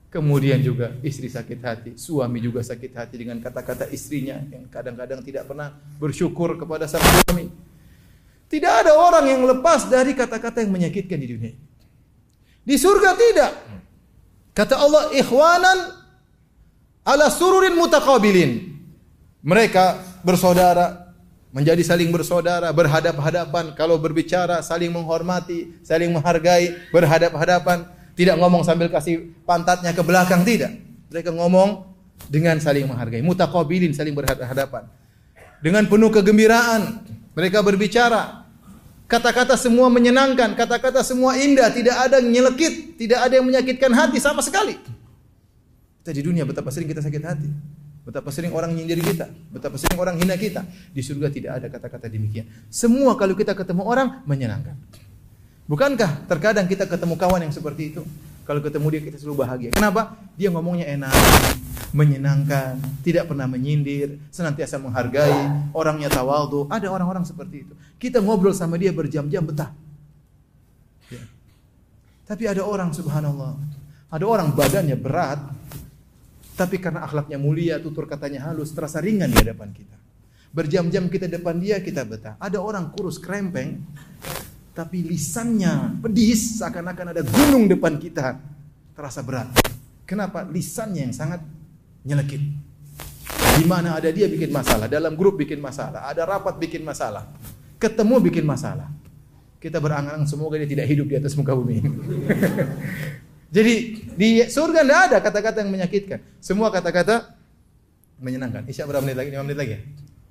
Kemudian juga istri sakit hati, suami juga sakit hati dengan kata-kata istrinya yang kadang-kadang tidak pernah bersyukur kepada sang suami. Tidak ada orang yang lepas dari kata-kata yang menyakitkan di dunia ini. Di surga tidak. Kata Allah, ikhwanan ala sururin mutaqabilin. Mereka bersaudara, menjadi saling bersaudara, berhadap-hadapan. Kalau berbicara saling menghormati, saling menghargai, berhadap-hadapan. Tidak ngomong sambil kasih pantatnya ke belakang, tidak. Mereka ngomong dengan saling menghargai. Mutaqabilin, saling berhadapan. Dengan penuh kegembiraan mereka berbicara. Kata-kata semua menyenangkan, kata-kata semua indah, tidak ada yang nyelekit, tidak ada yang menyakitkan hati sama sekali. Kita di dunia betapa sering kita sakit hati. Betapa sering orang nyindir kita, betapa sering orang hina kita. Di surga tidak ada kata-kata demikian. Semua kalau kita ketemu orang menyenangkan. Bukankah terkadang kita ketemu kawan yang seperti itu? Kalau ketemu dia kita selalu bahagia. Kenapa? Dia ngomongnya enak, menyenangkan, tidak pernah menyindir, senantiasa menghargai, orangnya tawadhu. Ada orang-orang seperti itu. Kita ngobrol sama dia berjam-jam betah. Ya. Tapi ada orang subhanallah, ada orang badannya berat, tapi karena akhlaknya mulia, tutur katanya halus, terasa ringan di hadapan kita. Berjam-jam kita depan dia, kita betah. Ada orang kurus krempeng, tapi lisannya pedis, seakan-akan ada gunung depan kita, terasa berat. Kenapa? Lisannya yang sangat nyelekit. Di mana ada dia bikin masalah, dalam grup bikin masalah, ada rapat bikin masalah, ketemu bikin masalah. Kita berangan-angan semoga dia tidak hidup di atas muka bumi. Jadi di surga tidak ada kata-kata yang menyakitkan. Semua kata-kata menyenangkan. Isya berapa menit lagi? lima menit lagi ya?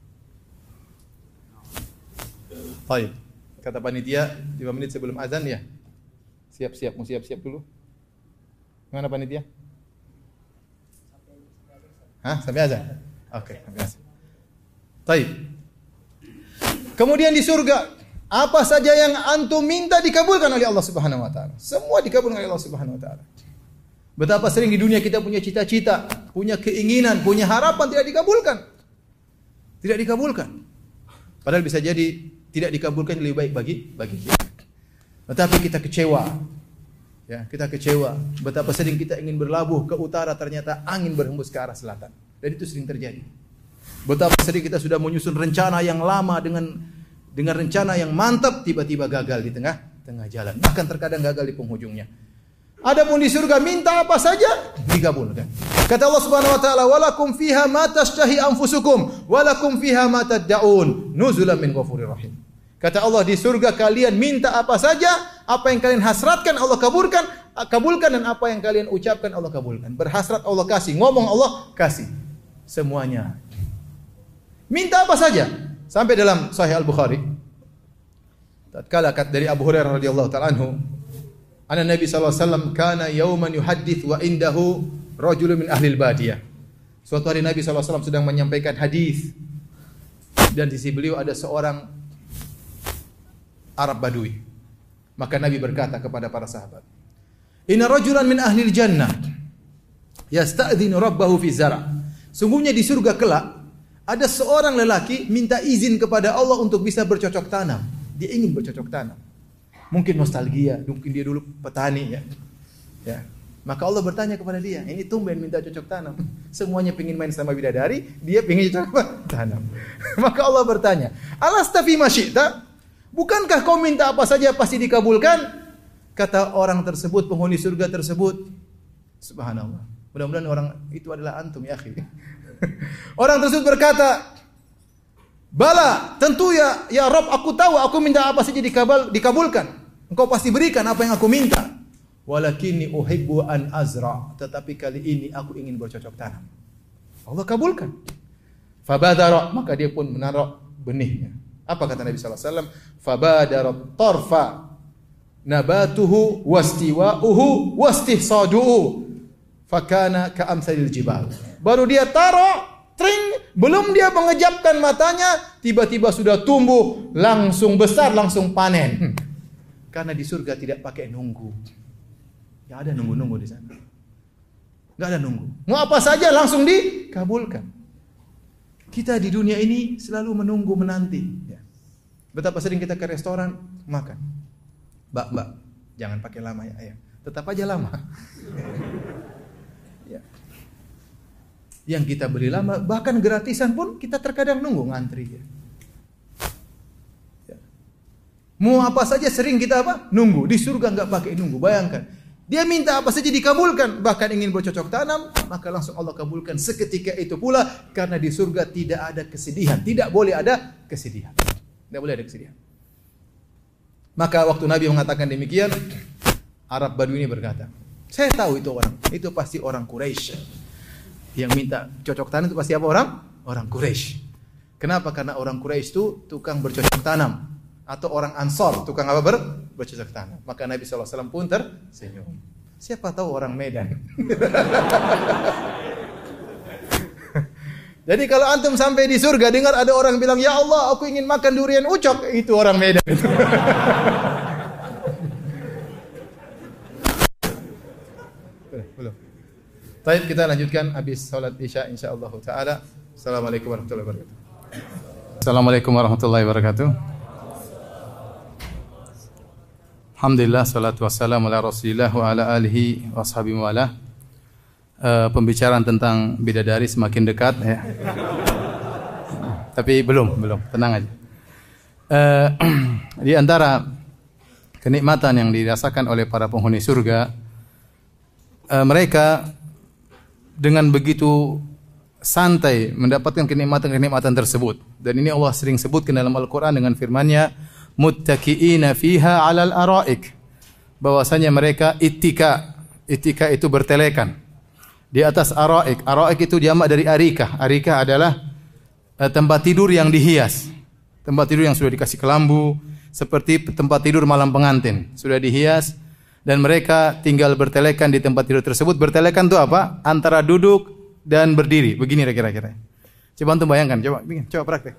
Baik. Kata panitia lima menit sebelum azan ya. Siap-siap, mau siap-siap dulu. Gimana panitia? Hah? Sampai azan? Oke, sampai azan. Baik. Kemudian di surga, apa saja yang antum minta dikabulkan oleh Allah Subhanahu wa taala. Semua dikabulkan oleh Allah Subhanahu wa taala. Betapa sering di dunia kita punya cita-cita, punya keinginan, punya harapan tidak dikabulkan. Tidak dikabulkan. Padahal bisa jadi tidak dikabulkan lebih baik bagi bagi kita. Tetapi kita kecewa. Ya, kita kecewa. Betapa sering kita ingin berlabuh ke utara, ternyata angin berhembus ke arah selatan. Dan itu sering terjadi. Betapa sering kita sudah menyusun rencana yang lama dengan dengan rencana yang mantap, tiba-tiba gagal di tengah tengah jalan. Bahkan terkadang gagal di penghujungnya. Adapun di surga minta apa saja dikabulkan. Kata Allah Subhanahu wa taala, "Walakum fiha ma tashtahi anfusukum, walakum fiha ma tad'un, nuzulan min ghafurir rahim." Kata Allah, di surga kalian minta apa saja, apa yang kalian hasratkan Allah kabulkan, kabulkan, dan apa yang kalian ucapkan Allah kabulkan. Berhasrat Allah kasih, ngomong Allah kasih. Semuanya. Minta apa saja. Sampai dalam Sahih Al-Bukhari. Tatkala dari Abu Hurairah radhiyallahu taala anhu, anna Nabi sallallahu alaihi wasallam kana yauman yuhaddits wa indahu rajulun min ahli al-badiyah. Suatu hari Nabi sallallahu alaihi wasallam sedang menyampaikan hadis, dan di sisi beliau ada seorang Arab Badui. Maka Nabi berkata kepada para sahabat, "Inna rajulan min ahli al-jannah yasta'dhinu rabbahu fi zara'." Sungguhnya di surga kelak ada seorang lelaki minta izin kepada Allah untuk bisa bercocok tanam. Dia ingin bercocok tanam. Mungkin nostalgia, mungkin dia dulu petani ya. Ya. Maka Allah bertanya kepada dia, ini tumben minta cocok tanam. Semuanya pengin main sama bidadari, dia pengin cocok tanam. Maka Allah bertanya, "Alasta fi ma syi'ta?" Bukankah kau minta apa saja pasti dikabulkan? Kata orang tersebut, penghuni surga tersebut, subhanallah. Mudah-mudahan orang itu adalah antum ya akhi. Orang tersebut berkata, "Bala, tentu ya ya Rabb, aku tahu aku minta apa saja dikabul, dikabulkan. Engkau pasti berikan apa yang aku minta. Walakinni uhibbu an azra, tetapi kali ini aku ingin bercocok tanam." Allah kabulkan. Fabadara, maka dia pun menaruh benihnya. Apa kata Nabi sallallahu alaihi wasallam? Fabadara tarfa nabatuhu wastiwa'uhu wastihsaduhu fakana ka'amsalil jibal. Baru dia taruh, tring, belum dia mengejapkan matanya, tiba-tiba sudah tumbuh, langsung besar, langsung panen. Hmm. Karena di surga tidak pakai nunggu. Enggak ada nunggu-nunggu di sana. Enggak ada nunggu. Mau apa saja langsung dikabulkan. Kita di dunia ini selalu menunggu, menanti. Ya. Betapa sering kita ke restoran makan. Mbak, mbak, jangan pakai lama ya, ayah. Tetap aja lama. yang kita beli lama, bahkan gratisan pun kita terkadang nunggu ngantri. Ya. Mau apa saja sering kita apa? Nunggu. Di surga enggak pakai nunggu. Bayangkan. Dia minta apa saja dikabulkan. Bahkan ingin bercocok tanam, maka langsung Allah kabulkan seketika itu pula. Karena di surga tidak ada kesedihan. Tidak boleh ada kesedihan. Tidak boleh ada kesedihan. Maka waktu Nabi mengatakan demikian, Arab Badui ini berkata, saya tahu itu orang. Itu pasti orang Quraisy. Yang minta cocok tanam itu pasti apa orang? Orang Quraisy. Kenapa? Karena orang Quraisy itu tukang bercocok tanam. Atau orang Ansor, tukang apa ber? Bercocok tanam. Maka Nabi shallallahu alaihi wasallam pun tersenyum. Siapa tahu orang Medan. Jadi kalau antum sampai di surga, dengar ada orang bilang, ya Allah aku ingin makan durian ucok. Itu orang Medan. Belum. Baik, kita lanjutkan habis salat Isya insyaallah taala. Assalamualaikum warahmatullahi wabarakatuh. Assalamualaikum warahmatullahi wabarakatuh. Alhamdulillah, salatu wassalamu ala Rasulillah wa ala alihi washabihi wa ala. Uh, pembicaraan tentang bidadari semakin dekat ya. Tapi belum, belum, tenang aja. Uh, di antara kenikmatan yang dirasakan oleh para penghuni surga, uh, mereka dengan begitu santai mendapatkan kenikmatan-kenikmatan tersebut. Dan ini Allah sering sebutkan dalam Al-Quran dengan firman-Nya, muttaqiina fiha 'alal araik. Bahwasanya mereka ittika. Ittika itu bertelekan di atas araik. Araik itu jamak dari arikah. Arikah adalah uh, tempat tidur yang dihias. Tempat tidur yang sudah dikasih kelambu, seperti tempat tidur malam pengantin, sudah dihias. Dan mereka tinggal bertelekan di tempat tidur tersebut. Bertelekan itu apa? Antara duduk dan berdiri. Begini kira-kira. Coba antum bayangkan, coba bikin, coba praktek.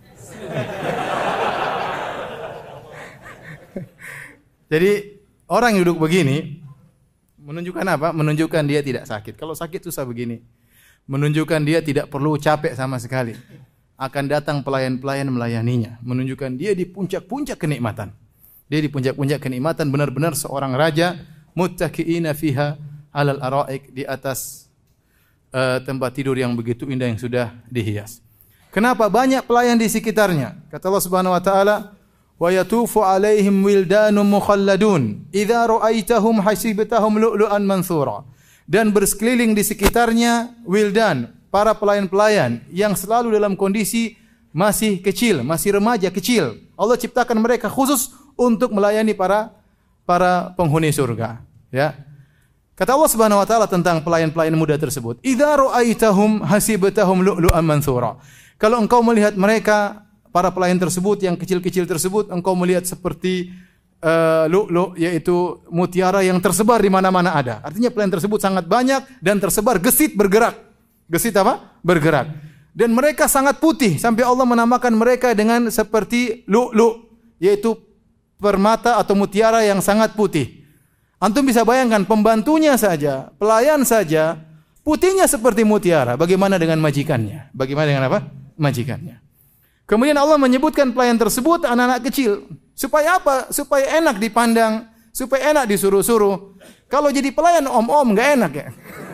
Jadi orang yang duduk begini menunjukkan apa? Menunjukkan dia tidak sakit. Kalau sakit susah begini. Menunjukkan dia tidak perlu capek sama sekali. Akan datang pelayan-pelayan melayaninya. Menunjukkan dia di puncak-puncak kenikmatan. Dia di puncak-puncak kenikmatan, benar-benar seorang raja, muttaqiina fiha 'alal araik, di atas uh, tempat tidur yang begitu indah yang sudah dihias. Kenapa? Banyak pelayan di sekitarnya. Kata Allah Subhanahu wa taala, wa yatufu 'alaihim wildanun mukhalladun, idza ra'aitahum hasibtahum lu'lu'an mansura. Dan bersekeliling di sekitarnya wildan, para pelayan-pelayan yang selalu dalam kondisi masih kecil, masih remaja kecil. Allah ciptakan mereka khusus untuk melayani para para penghuni surga, ya. Kata Allah Subhanahu wa taala tentang pelayan-pelayan muda tersebut, "Idza ra'aitahum hasibtahum lu'lu'an mansura." Kalau engkau melihat mereka, para pelayan tersebut yang kecil-kecil tersebut, engkau melihat seperti uh, lu'lu', yaitu mutiara yang tersebar di mana-mana ada. Artinya pelayan tersebut sangat banyak dan tersebar, gesit bergerak. Gesit apa? Bergerak. Dan mereka sangat putih sampai Allah menamakan mereka dengan seperti lu'lu', yaitu permata atau mutiara yang sangat putih. Antum bisa bayangkan pembantunya saja, pelayan saja, putihnya seperti mutiara. Bagaimana dengan majikannya? Bagaimana dengan apa? Majikannya. Kemudian Allah menyebutkan pelayan tersebut anak-anak kecil. Supaya apa? Supaya enak dipandang, supaya enak disuruh-suruh. Kalau jadi pelayan om-om nggak enak ya.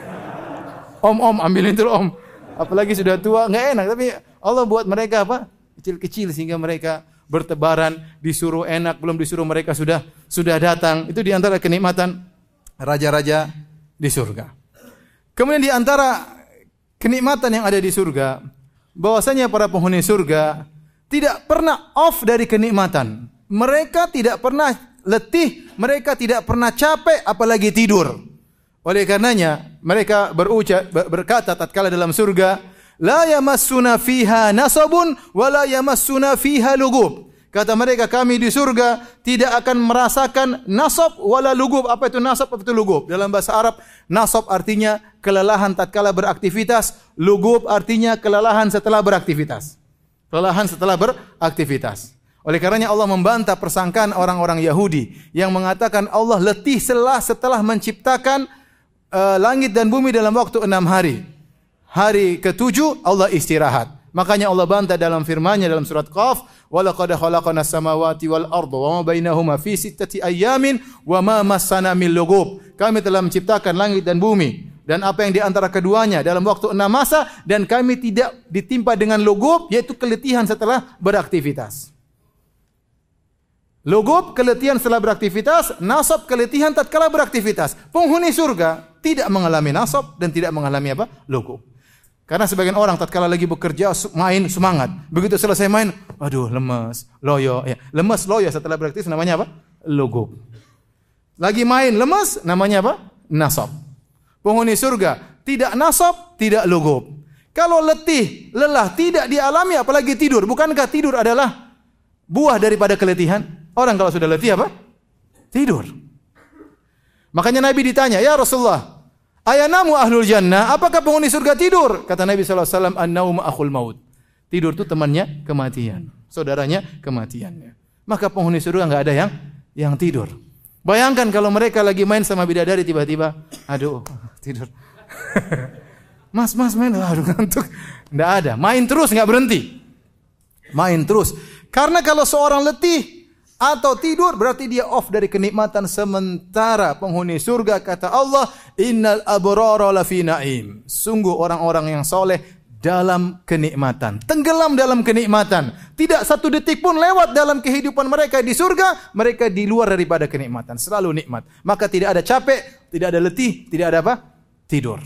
Om-om ambilin itu om. Apalagi sudah tua nggak enak. Tapi Allah buat mereka apa? Kecil-kecil sehingga mereka bertebaran, disuruh enak, belum disuruh mereka sudah sudah datang. Itu di antara kenikmatan raja-raja di surga. Kemudian di antara kenikmatan yang ada di surga, bahwasanya para penghuni surga tidak pernah off dari kenikmatan. Mereka tidak pernah letih, mereka tidak pernah capek, apalagi tidur. Oleh karenanya mereka berucap berkata tatkala dalam surga, la yamassuna fiha nasabun wa la yamassuna fiha lugub. Kata mereka, kami di surga tidak akan merasakan nasab wala lugub. Apa itu nasab, apa itu lugub? Dalam bahasa Arab, nasab artinya kelelahan tatkala beraktivitas, lugub artinya kelelahan setelah beraktivitas. Kelelahan setelah beraktivitas. Oleh karenanya Allah membantah persangkaan orang-orang Yahudi yang mengatakan Allah letih setelah setelah menciptakan uh, langit dan bumi dalam waktu enam hari. Hari ketujuh Allah istirahat. Makanya Allah bantah dalam firman-Nya dalam surat Qaf, "Wa laqad khalaqnas samawati wal arda wa ma bainahuma fi sittati ayyamin wa ma massana min lughub." Kami telah menciptakan langit dan bumi dan apa yang di antara keduanya dalam waktu enam masa, dan kami tidak ditimpa dengan lugub, yaitu keletihan setelah beraktivitas. Lugub, keletihan setelah beraktivitas, nasab, keletihan tatkala beraktivitas. Penghuni surga tidak mengalami nasab dan tidak mengalami apa? Lugub. Karena sebagian orang tatkala lagi bekerja, main, semangat. Begitu selesai main, aduh lemas, loyo. Ya, lemas, loyo setelah beraktivitas namanya apa? Lugub. Lagi main, lemas, namanya apa? Nasab. Penghuni surga tidak nasab, tidak lugub. Kalau letih, lelah tidak dialami, apalagi tidur. Bukankah tidur adalah buah daripada keletihan? Orang kalau sudah letih apa? Tidur. Makanya Nabi ditanya, ya Rasulullah, ayanamu ahlul jannah, apakah penghuni surga tidur? Kata Nabi shallallahu alaihi wasallam, an-naum akhul maut. Tidur itu temannya kematian, saudaranya kematiannya. Maka penghuni surga enggak ada yang yang tidur. Bayangkan kalau mereka lagi main sama bidadari, tiba-tiba, aduh, tidur. Mas, mas, main, aduh ngantuk. Enggak ada, main terus, enggak berhenti. Main terus. Karena kalau seorang letih atau tidur, berarti dia off dari kenikmatan. Sementara penghuni surga, kata Allah, innal abrara lafi na'im. Sungguh orang-orang yang soleh dalam kenikmatan, tenggelam dalam kenikmatan. Tidak satu detik pun lewat dalam kehidupan mereka di surga, mereka di luar daripada kenikmatan, selalu nikmat. Maka tidak ada capek, tidak ada letih, tidak ada apa? Tidur.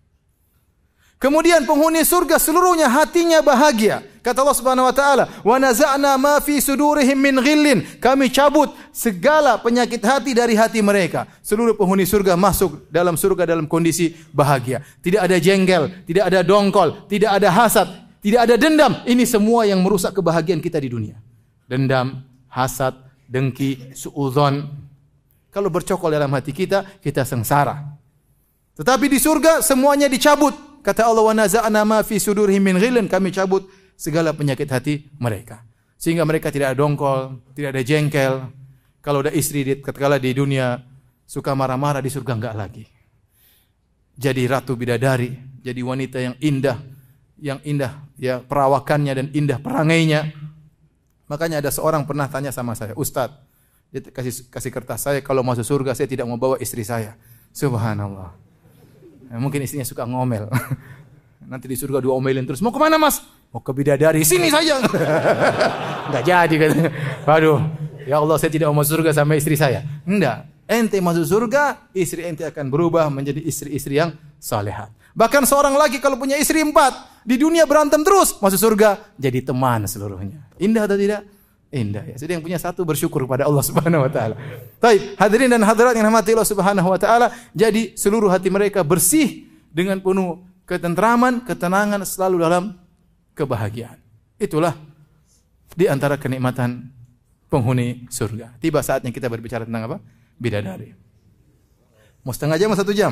Kemudian penghuni surga seluruhnya hatinya bahagia. Kata Allah Subhanahu wa taala, "Wa naza'na ma fi sudurihim min ghillin." Kami cabut segala penyakit hati dari hati mereka. Seluruh penghuni surga masuk dalam surga dalam kondisi bahagia. Tidak ada jengkel, tidak ada dongkol, tidak ada hasad, tidak ada dendam. Ini semua yang merusak kebahagiaan kita di dunia. Dendam, hasad, dengki, suudzon. Kalau bercokol dalam hati kita, kita sengsara. Tetapi di surga semuanya dicabut. Kata Allah, wa naza'na ma fi sudurihim min ghillin, kami cabut segala penyakit hati mereka. Sehingga mereka tidak ada dongkol, tidak ada jengkel. Kalau ada istri ketika di dunia suka marah-marah, di surga enggak lagi. Jadi ratu bidadari, jadi wanita yang indah, yang indah ya perawakannya dan indah perangainya. Makanya ada seorang pernah tanya sama saya, Ustaz, dia kasih kasih kertas saya, kalau masuk surga saya tidak mau bawa istri saya. Subhanallah. Ya, mungkin istrinya suka ngomel. Nanti di surga dua omelin terus. Mau kemana mas? Mau ke bidadari. Sini saja. Enggak jadi katanya. Waduh. Ya Allah, saya tidak mau masuk surga sama istri saya. Enggak. Ente masuk surga, istri ente akan berubah menjadi istri-istri yang salehat. Bahkan seorang lagi kalau punya istri empat, di dunia berantem terus, masuk surga jadi teman seluruhnya. Indah atau tidak? Indah ya. Jadi yang punya satu bersyukur kepada Allah Subhanahu wa taala. Baik, hadirin dan hadirat yang dirahmati Allah Subhanahu wa taala, jadi seluruh hati mereka bersih dengan penuh ketentraman, ketenangan, selalu dalam kebahagiaan. Itulah di antara kenikmatan penghuni surga. Tiba saatnya kita berbicara tentang apa? Bidadari. Mau setengah jam atau satu jam?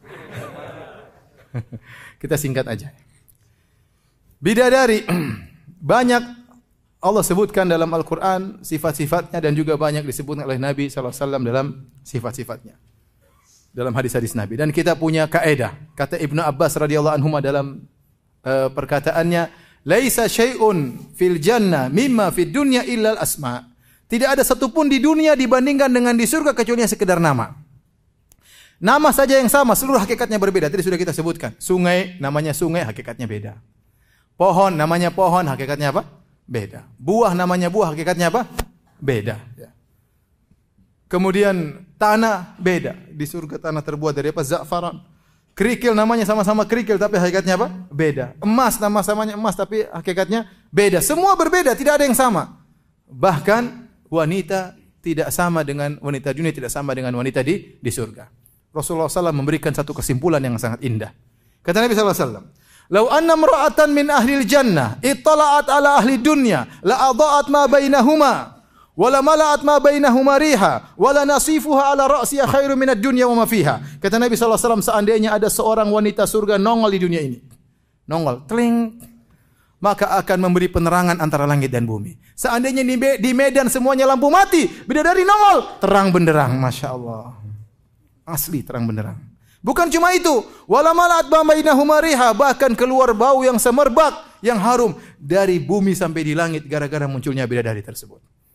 Kita singkat aja. Bidadari banyak Allah sebutkan dalam Al-Quran sifat-sifatnya dan juga banyak disebutkan oleh Nabi shallallahu alaihi wasallam dalam sifat-sifatnya. Dalam hadis-hadis Nabi. Dan kita punya kaedah. Kata Ibnu Abbas radhiyallahu anhu dalam uh, perkataannya, "Laisa syai'un fil jannah mimma fid dunya illa al-asma." Tidak ada satupun di dunia dibandingkan dengan di surga kecuali yang sekedar nama. Nama saja yang sama, seluruh hakikatnya berbeda. Tadi sudah kita sebutkan. Sungai namanya sungai, hakikatnya beda. Pohon namanya pohon, hakikatnya apa? Beda. Buah namanya buah, hakikatnya apa? Beda. Ya. Kemudian tanah beda. Di surga tanah terbuat dari apa? Za'faran. Kerikil namanya sama-sama kerikil, tapi hakikatnya apa? Beda. Emas nama-samanya emas, tapi hakikatnya beda. Semua berbeda, tidak ada yang sama. Bahkan wanita tidak sama dengan wanita dunia, tidak sama dengan wanita di di surga. Rasulullah shallallahu alaihi wasallam memberikan satu kesimpulan yang sangat indah. Kata Nabi shallallahu alaihi wasallam, "Lau anna imra'atan min ahli jannah ittala'at ala ahli dunya la adha'at ma bainahuma wa la mala'at ma bainahuma riha wa la nasifuha ala ra'siha khairum minad dunya wa ma fiha." Kata Nabi sallallahu alaihi wasallam, seandainya ada seorang wanita surga nongol di dunia ini. Nongol, tling, maka akan memberi penerangan antara langit dan bumi. Seandainya di medan semuanya lampu mati, bidadari nongol, terang benderang, Masya Allah. Asli terang benderang. Bukan cuma itu, wala malat bainahuma riha, bahkan keluar bau yang semerbak, yang harum dari bumi sampai di langit gara-gara munculnya bidadari tersebut.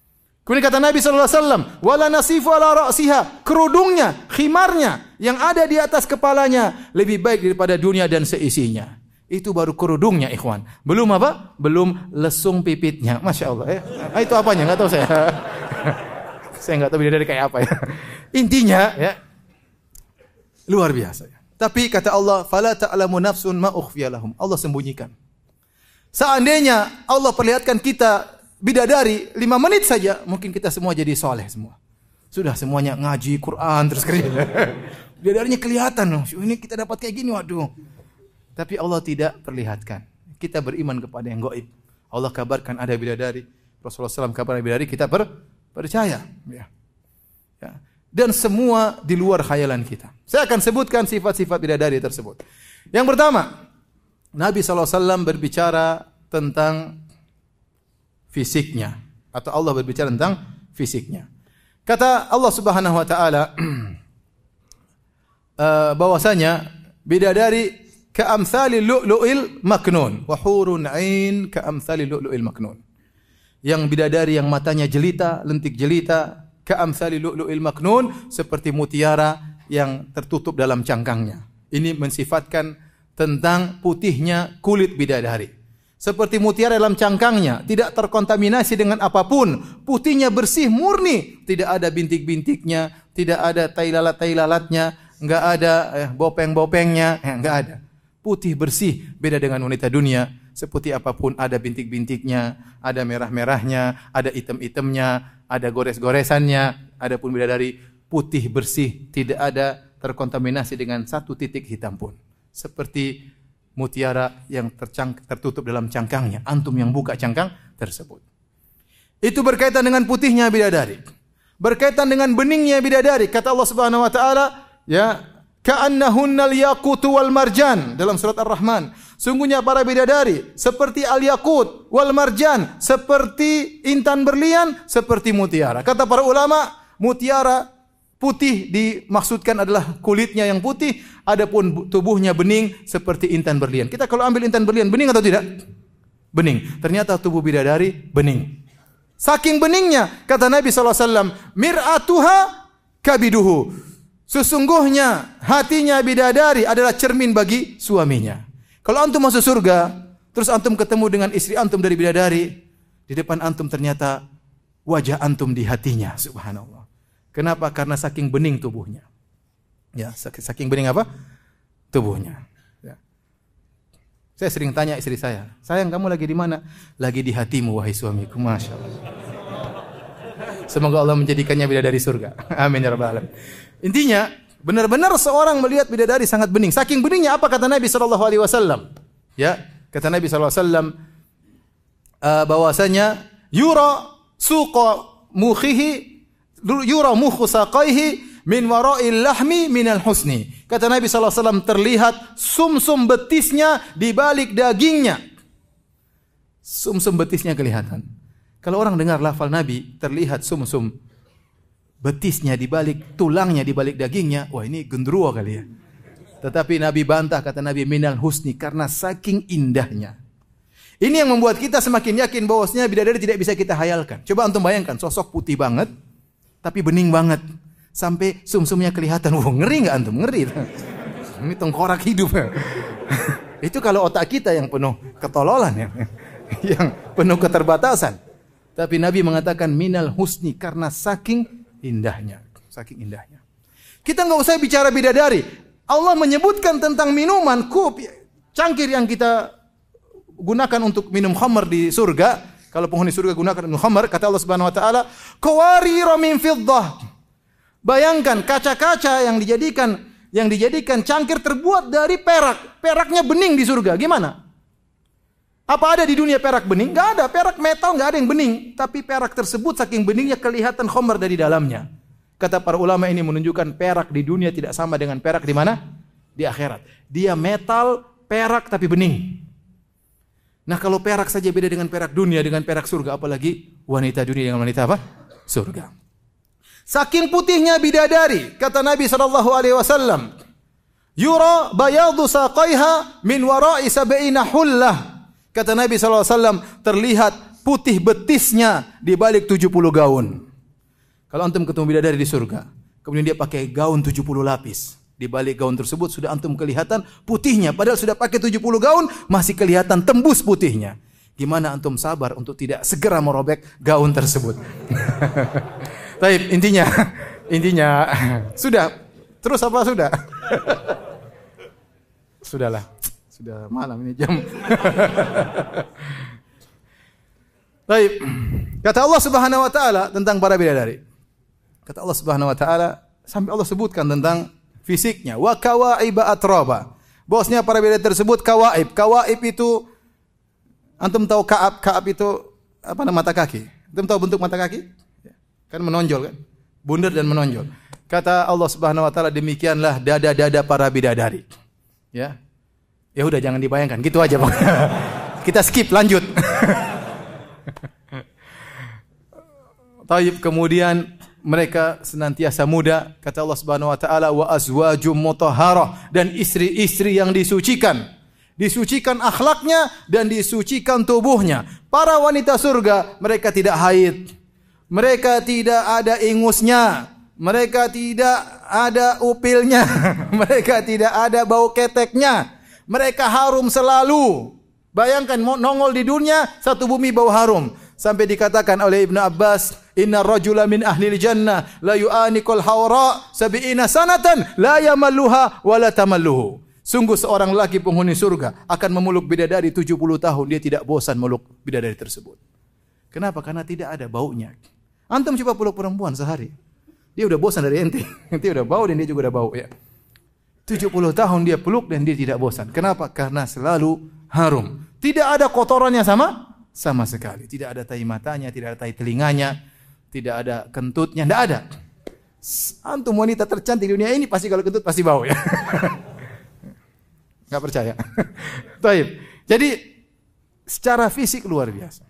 Kemudian kata Nabi sallallahu alaihi wasallam, "Wala nasifu ala ra'siha." Kerudungnya, khimarnya yang ada di atas kepalanya lebih baik daripada dunia dan seisinya. Itu baru kerudungnya, ikhwan. Belum apa? Belum lesung pipitnya. Masya Allah. Eh, ah, itu apanya? Enggak tahu saya. Saya enggak tahu bidadari kayak apa ya. Intinya ya luar biasa. Tapi kata Allah, "Fala ta'lamu nafsun ma ukhfiya lahum." Allah sembunyikan. Seandainya Allah perlihatkan kita bidadari lima menit saja, mungkin kita semua jadi soleh semua. Sudah semuanya ngaji Quran terus kerja. Bidadarinya kelihatan loh. Ini kita dapat kayak gini, waduh. Tapi Allah tidak perlihatkan. Kita beriman kepada yang gaib. Allah kabarkan ada bidadari. Rasulullah shallallahu alaihi wasallam kabar bidadari, kita ber, percaya. Ya. Ya. Dan semua di luar khayalan kita. Saya akan sebutkan sifat-sifat bidadari tersebut. Yang pertama, Nabi shallallahu alaihi wasallam berbicara tentang fisiknya. Atau Allah berbicara tentang fisiknya. Kata Allah subhanahu wa ta'ala, uh, bahwasanya bidadari ka'amthali lu'lu'il maknun wa hurun 'ain ka'amthali lu'lu'il maknun. Yang bidadari yang matanya jelita, lentik jelita, ka'amthali lu'lu'il maknun, seperti mutiara yang tertutup dalam cangkangnya. Ini mensifatkan tentang putihnya kulit bidadari. Seperti mutiara dalam cangkangnya, tidak terkontaminasi dengan apapun, putihnya bersih murni, tidak ada bintik-bintiknya, tidak ada tai lalat-tai lalatnya, enggak ada eh, bopeng-bopengnya, eh, enggak ada. Putih bersih, beda dengan wanita dunia. Seperti apapun ada bintik-bintiknya, ada merah-merahnya, ada item-itemnya, ada gores-goresannya. Adapun bidadari putih bersih, tidak ada terkontaminasi dengan satu titik hitam pun. Seperti mutiara yang tercang, tertutup dalam cangkangnya. Antum yang buka cangkang tersebut. Itu berkaitan dengan putihnya bidadari. Berkaitan dengan beningnya bidadari. Kata Allah Subhanahu wa taala, ya, ka'annahunnal yaqutu wal marjan dalam surat Ar-Rahman. Sungguhnya para bidadari seperti al-yaqut wal marjan, seperti intan berlian, seperti mutiara. Kata para ulama, mutiara putih dimaksudkan adalah kulitnya yang putih, adapun tubuhnya bening seperti intan berlian. Kita kalau ambil intan berlian, bening atau tidak? Bening. Ternyata tubuh bidadari bening. Saking beningnya, kata Nabi sallallahu alaihi wasallam, mir'atuha kabiduhu. Sesungguhnya hatinya bidadari adalah cermin bagi suaminya. Kalau antum masuk surga, terus antum ketemu dengan istri antum dari bidadari, di depan antum ternyata wajah antum di hatinya, subhanallah. Kenapa? Karena saking bening tubuhnya. Ya, saking bening apa? Tubuhnya. Ya. Saya sering tanya istri saya, sayang kamu lagi di mana? Lagi di hatimu wahai suamiku, masya Allah. Semoga Allah menjadikannya bidadari surga. Amin ya rabbal alamin. Intinya, benar-benar seorang melihat bidadari sangat bening. Saking beningnya apa kata Nabi sallallahu alaihi wasallam? Ya, kata Nabi sallallahu alaihi wasallam uh, bahwasanya yura suqa mukhihi yura mukhu saqaihi min wara'il lahmi minal husni. Kata Nabi sallallahu alaihi wasallam, terlihat sumsum betisnya di balik dagingnya. Sumsum betisnya kelihatan. Kalau orang dengar lafal Nabi, terlihat sumsum betisnya di balik tulangnya, di balik dagingnya, wah ini gendruwo kali ya. Tetapi Nabi bantah, kata Nabi, minal husni, karena saking indahnya. Ini yang membuat kita semakin yakin bahwasanya bidadari tidak bisa kita hayalkan. Coba antum bayangkan, sosok putih banget, tapi bening banget. Sampai sumsumnya kelihatan. Wah, ngeri nggak antum? Ngeri. Ini tengkorak hidup. Itu kalau otak kita yang penuh ketololan, ya. Yang penuh keterbatasan. Tapi Nabi mengatakan minal husni, karena saking indahnya, saking indahnya. Kita nggak usah bicara bidadari. Allah menyebutkan tentang minuman, kup, cangkir yang kita gunakan untuk minum khamr di surga. Kalau penghuni surga gunakan minum khamr, kata Allah Subhanahu wa taala, qawarira min fiddah. Bayangkan kaca-kaca yang dijadikan yang dijadikan cangkir terbuat dari perak. Peraknya bening di surga. Gimana? Apa ada di dunia perak bening? Enggak ada. Perak metal enggak ada yang bening. Tapi perak tersebut saking beningnya kelihatan khamr dari dalamnya. Kata para ulama, ini menunjukkan perak di dunia tidak sama dengan perak di mana? Di akhirat. Dia metal, perak tapi bening. Nah, kalau perak saja beda dengan perak dunia, dengan perak surga, apalagi wanita dunia dengan wanita apa? Surga. Saking putihnya bidadari, kata Nabi sallallahu alaihi wasallam, yura bayadu saqaiha min wara'i sab'ina hullah. Kata Nabi sallallahu alaihi wasallam, terlihat putih betisnya di balik tujuh puluh gaun. Kalau antum ketemu bidadari di surga, kemudian dia pakai gaun tujuh puluh lapis. Di balik gaun tersebut sudah antum kelihatan putihnya. Padahal sudah pakai tujuh puluh gaun, masih kelihatan tembus putihnya. Gimana antum sabar untuk tidak segera merobek gaun tersebut? Baik, intinya, intinya sudah. Terus apa sudah? Sudahlah. Sudah malam ini jam. Baik. Kata Allah Subhanahu wa taala tentang para bidadari. Kata Allah Subhanahu wa taala sampai Allah sebutkan tentang fisiknya, wa kawaiba atraba. Bosnya para bidadari tersebut kawaib. Kawaib itu antum tahu kaab, kaab itu apa nama mata kaki? Antum tahu bentuk mata kaki? Kan menonjol kan? Bundar dan menonjol. Kata Allah Subhanahu wa taala demikianlah dada-dada para bidadari. Ya. Ya udah jangan dibayangkan, gitu aja Bang. Kita skip, lanjut. Taib, kemudian mereka senantiasa muda, kata Allah Subhanahu wa taala, wa azwajum mutahharah, dan istri-istri yang disucikan. Disucikan akhlaknya dan disucikan tubuhnya. Para wanita surga, mereka tidak haid. Mereka tidak ada ingusnya. Mereka tidak ada upilnya. Mereka tidak ada bau keteknya. Mereka harum selalu. Bayangkan nongol di dunia, satu bumi bau harum. Sampai dikatakan oleh Ibnu Abbas, inna rajula min ahlil jannah la yu'anikul hawra sab'ina sanatan la yamalluha wa la tamalluhu. Sungguh seorang lelaki penghuni surga akan memeluk bidadari tujuh puluh tahun, dia tidak bosan meluk bidadari tersebut. Kenapa? Karena tidak ada baunya. Antum coba peluk perempuan sehari, dia udah bosan dari ente. Ente udah bau dan dia juga udah bau ya. tujuh puluh tahun dia peluk dan dia tidak bosan. Kenapa? Karena selalu harum. Tidak ada kotorannya sama sama sekali. Tidak ada tai matanya, tidak ada tai telinganya, tidak ada kentutnya, tidak ada. Antum wanita tercantik di dunia ini pasti kalau kentut pasti bau ya. Enggak percaya. Baik. Jadi secara fisik luar biasa.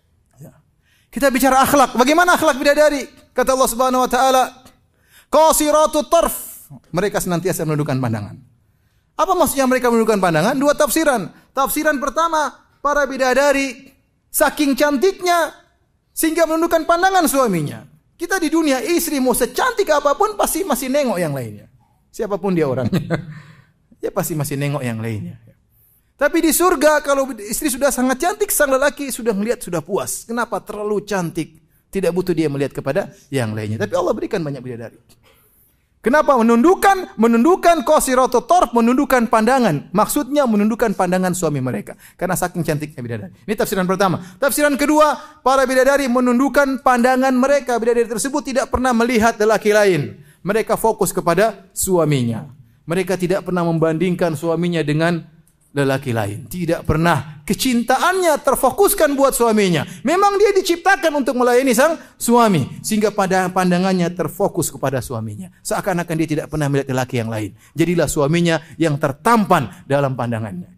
Ya. Kita bicara akhlak. Bagaimana akhlak bidadari? Kata Allah Subhanahu wa taala, qasiratut tarf. Mereka senantiasa menundukkan pandangan. Apa maksudnya mereka menundukkan pandangan? Dua tafsiran. Tafsiran pertama, para bidadari saking cantiknya sehingga menundukkan pandangan suaminya. Kita di dunia istri mau secantik apapun pasti masih nengok yang lainnya. Siapapun dia orangnya. Dia pasti masih nengok yang lainnya. Tapi di surga kalau istri sudah sangat cantik, sang lelaki sudah melihat sudah puas. Kenapa? Terlalu cantik. Tidak butuh dia melihat kepada yang lainnya. Tapi Allah berikan banyak bidadari. Kenapa menundukkan? Menundukkan qasiratut tarf, menundukkan pandangan. Maksudnya menundukkan pandangan suami mereka. Karena saking cantiknya bidadari. Ini tafsiran pertama. Tafsiran kedua, para bidadari menundukkan pandangan mereka. Bidadari tersebut tidak pernah melihat lelaki lain. Mereka fokus kepada suaminya. Mereka tidak pernah membandingkan suaminya dengan lelaki lain. Tidak pernah. Kecintaannya terfokuskan buat suaminya. Memang dia diciptakan untuk melayani sang suami. Sehingga pada pandangannya terfokus kepada suaminya. Seakan-akan dia tidak pernah melihat lelaki yang lain. Jadilah suaminya yang tertampan dalam pandangannya.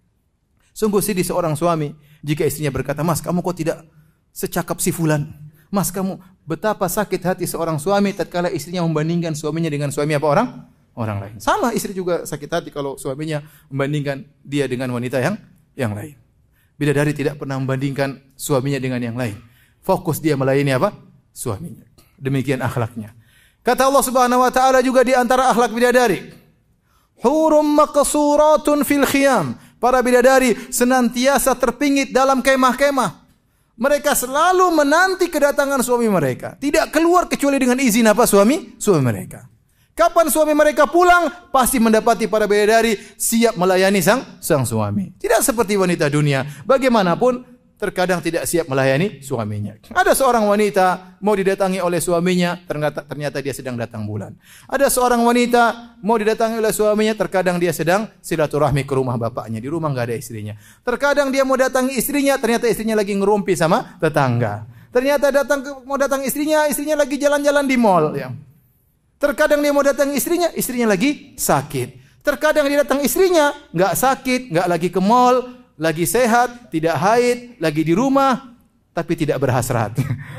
Sungguh sedih seorang suami jika istrinya berkata, "Mas, kamu kok tidak secakap si fulan? Mas, kamu betapa sakit hati seorang suami tatkala istrinya membandingkan suaminya dengan suami apa orang? Orang lain." Sama istri juga sakit hati kalau suaminya membandingkan dia dengan wanita yang yang lain. Bidadari tidak pernah membandingkan suaminya dengan yang lain. Fokus dia melayani apa? Suaminya. Demikian akhlaknya. Kata Allah Subhanahu wa taala juga di antara akhlak bidadari, hurum maqsuratun fil khiyam. Para bidadari senantiasa terpingit dalam kemah-kemah. Mereka selalu menanti kedatangan suami mereka. Tidak keluar kecuali dengan izin apa suami? Suami mereka. Kapan suami mereka pulang, pasti mendapati para bidadari siap melayani sang sang suami. Tidak seperti wanita dunia, bagaimanapun terkadang tidak siap melayani suaminya. Ada seorang wanita mau didatangi oleh suaminya, ternyata ternyata dia sedang datang bulan. Ada seorang wanita mau didatangi oleh suaminya, terkadang dia sedang silaturahmi ke rumah bapaknya, di rumah enggak ada istrinya. Terkadang dia mau datangi istrinya, ternyata istrinya lagi ngerumpi sama tetangga. Ternyata datang ke, mau datang istrinya, istrinya lagi jalan-jalan di mall ya. Terkadang dia mau datang istrinya, istrinya lagi sakit. Terkadang dia datang istrinya, enggak sakit, enggak lagi ke mall, lagi sehat, tidak haid, lagi di rumah, tapi tidak berhasrat.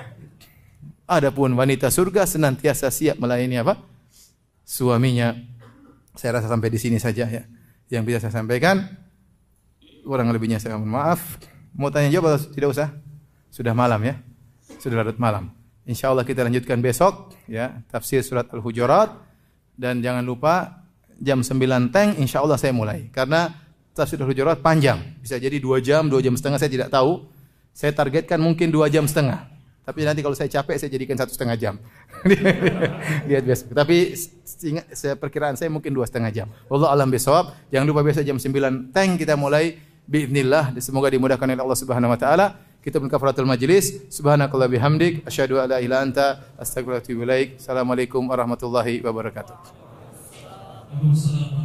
Adapun wanita surga senantiasa siap melayani apa? Suaminya. Saya rasa sampai di sini saja ya. Yang bisa saya sampaikan. Kurang lebihnya saya mohon maaf. Mau tanya jawab atau tidak usah? Sudah malam ya. Sudah larut malam. Insyaallah kita lanjutkan besok ya, tafsir surat Al-Hujurat, dan jangan lupa jam sembilan teng insyaallah saya mulai. Karena tafsir Al-Hujurat panjang. Bisa jadi dua jam, dua jam setengah saya tidak tahu. Saya targetkan mungkin dua jam setengah. Tapi nanti kalau saya capek saya jadikan satu setengah jam. Lihat besok. Tapi saya perkiraan saya mungkin dua setengah jam. Wallahu a'lam bishawab. Jangan lupa besok jam sembilan teng kita mulai biidznillah. Semoga dimudahkan oleh Allah Subhanahu wa taala. Kita berkafaratul majlis. Subhanakallah bihamdik asyhadu an la ilaha illa anta astaghfiruka wa atubu ilaik. Assalamualaikum warahmatullahi wabarakatuh.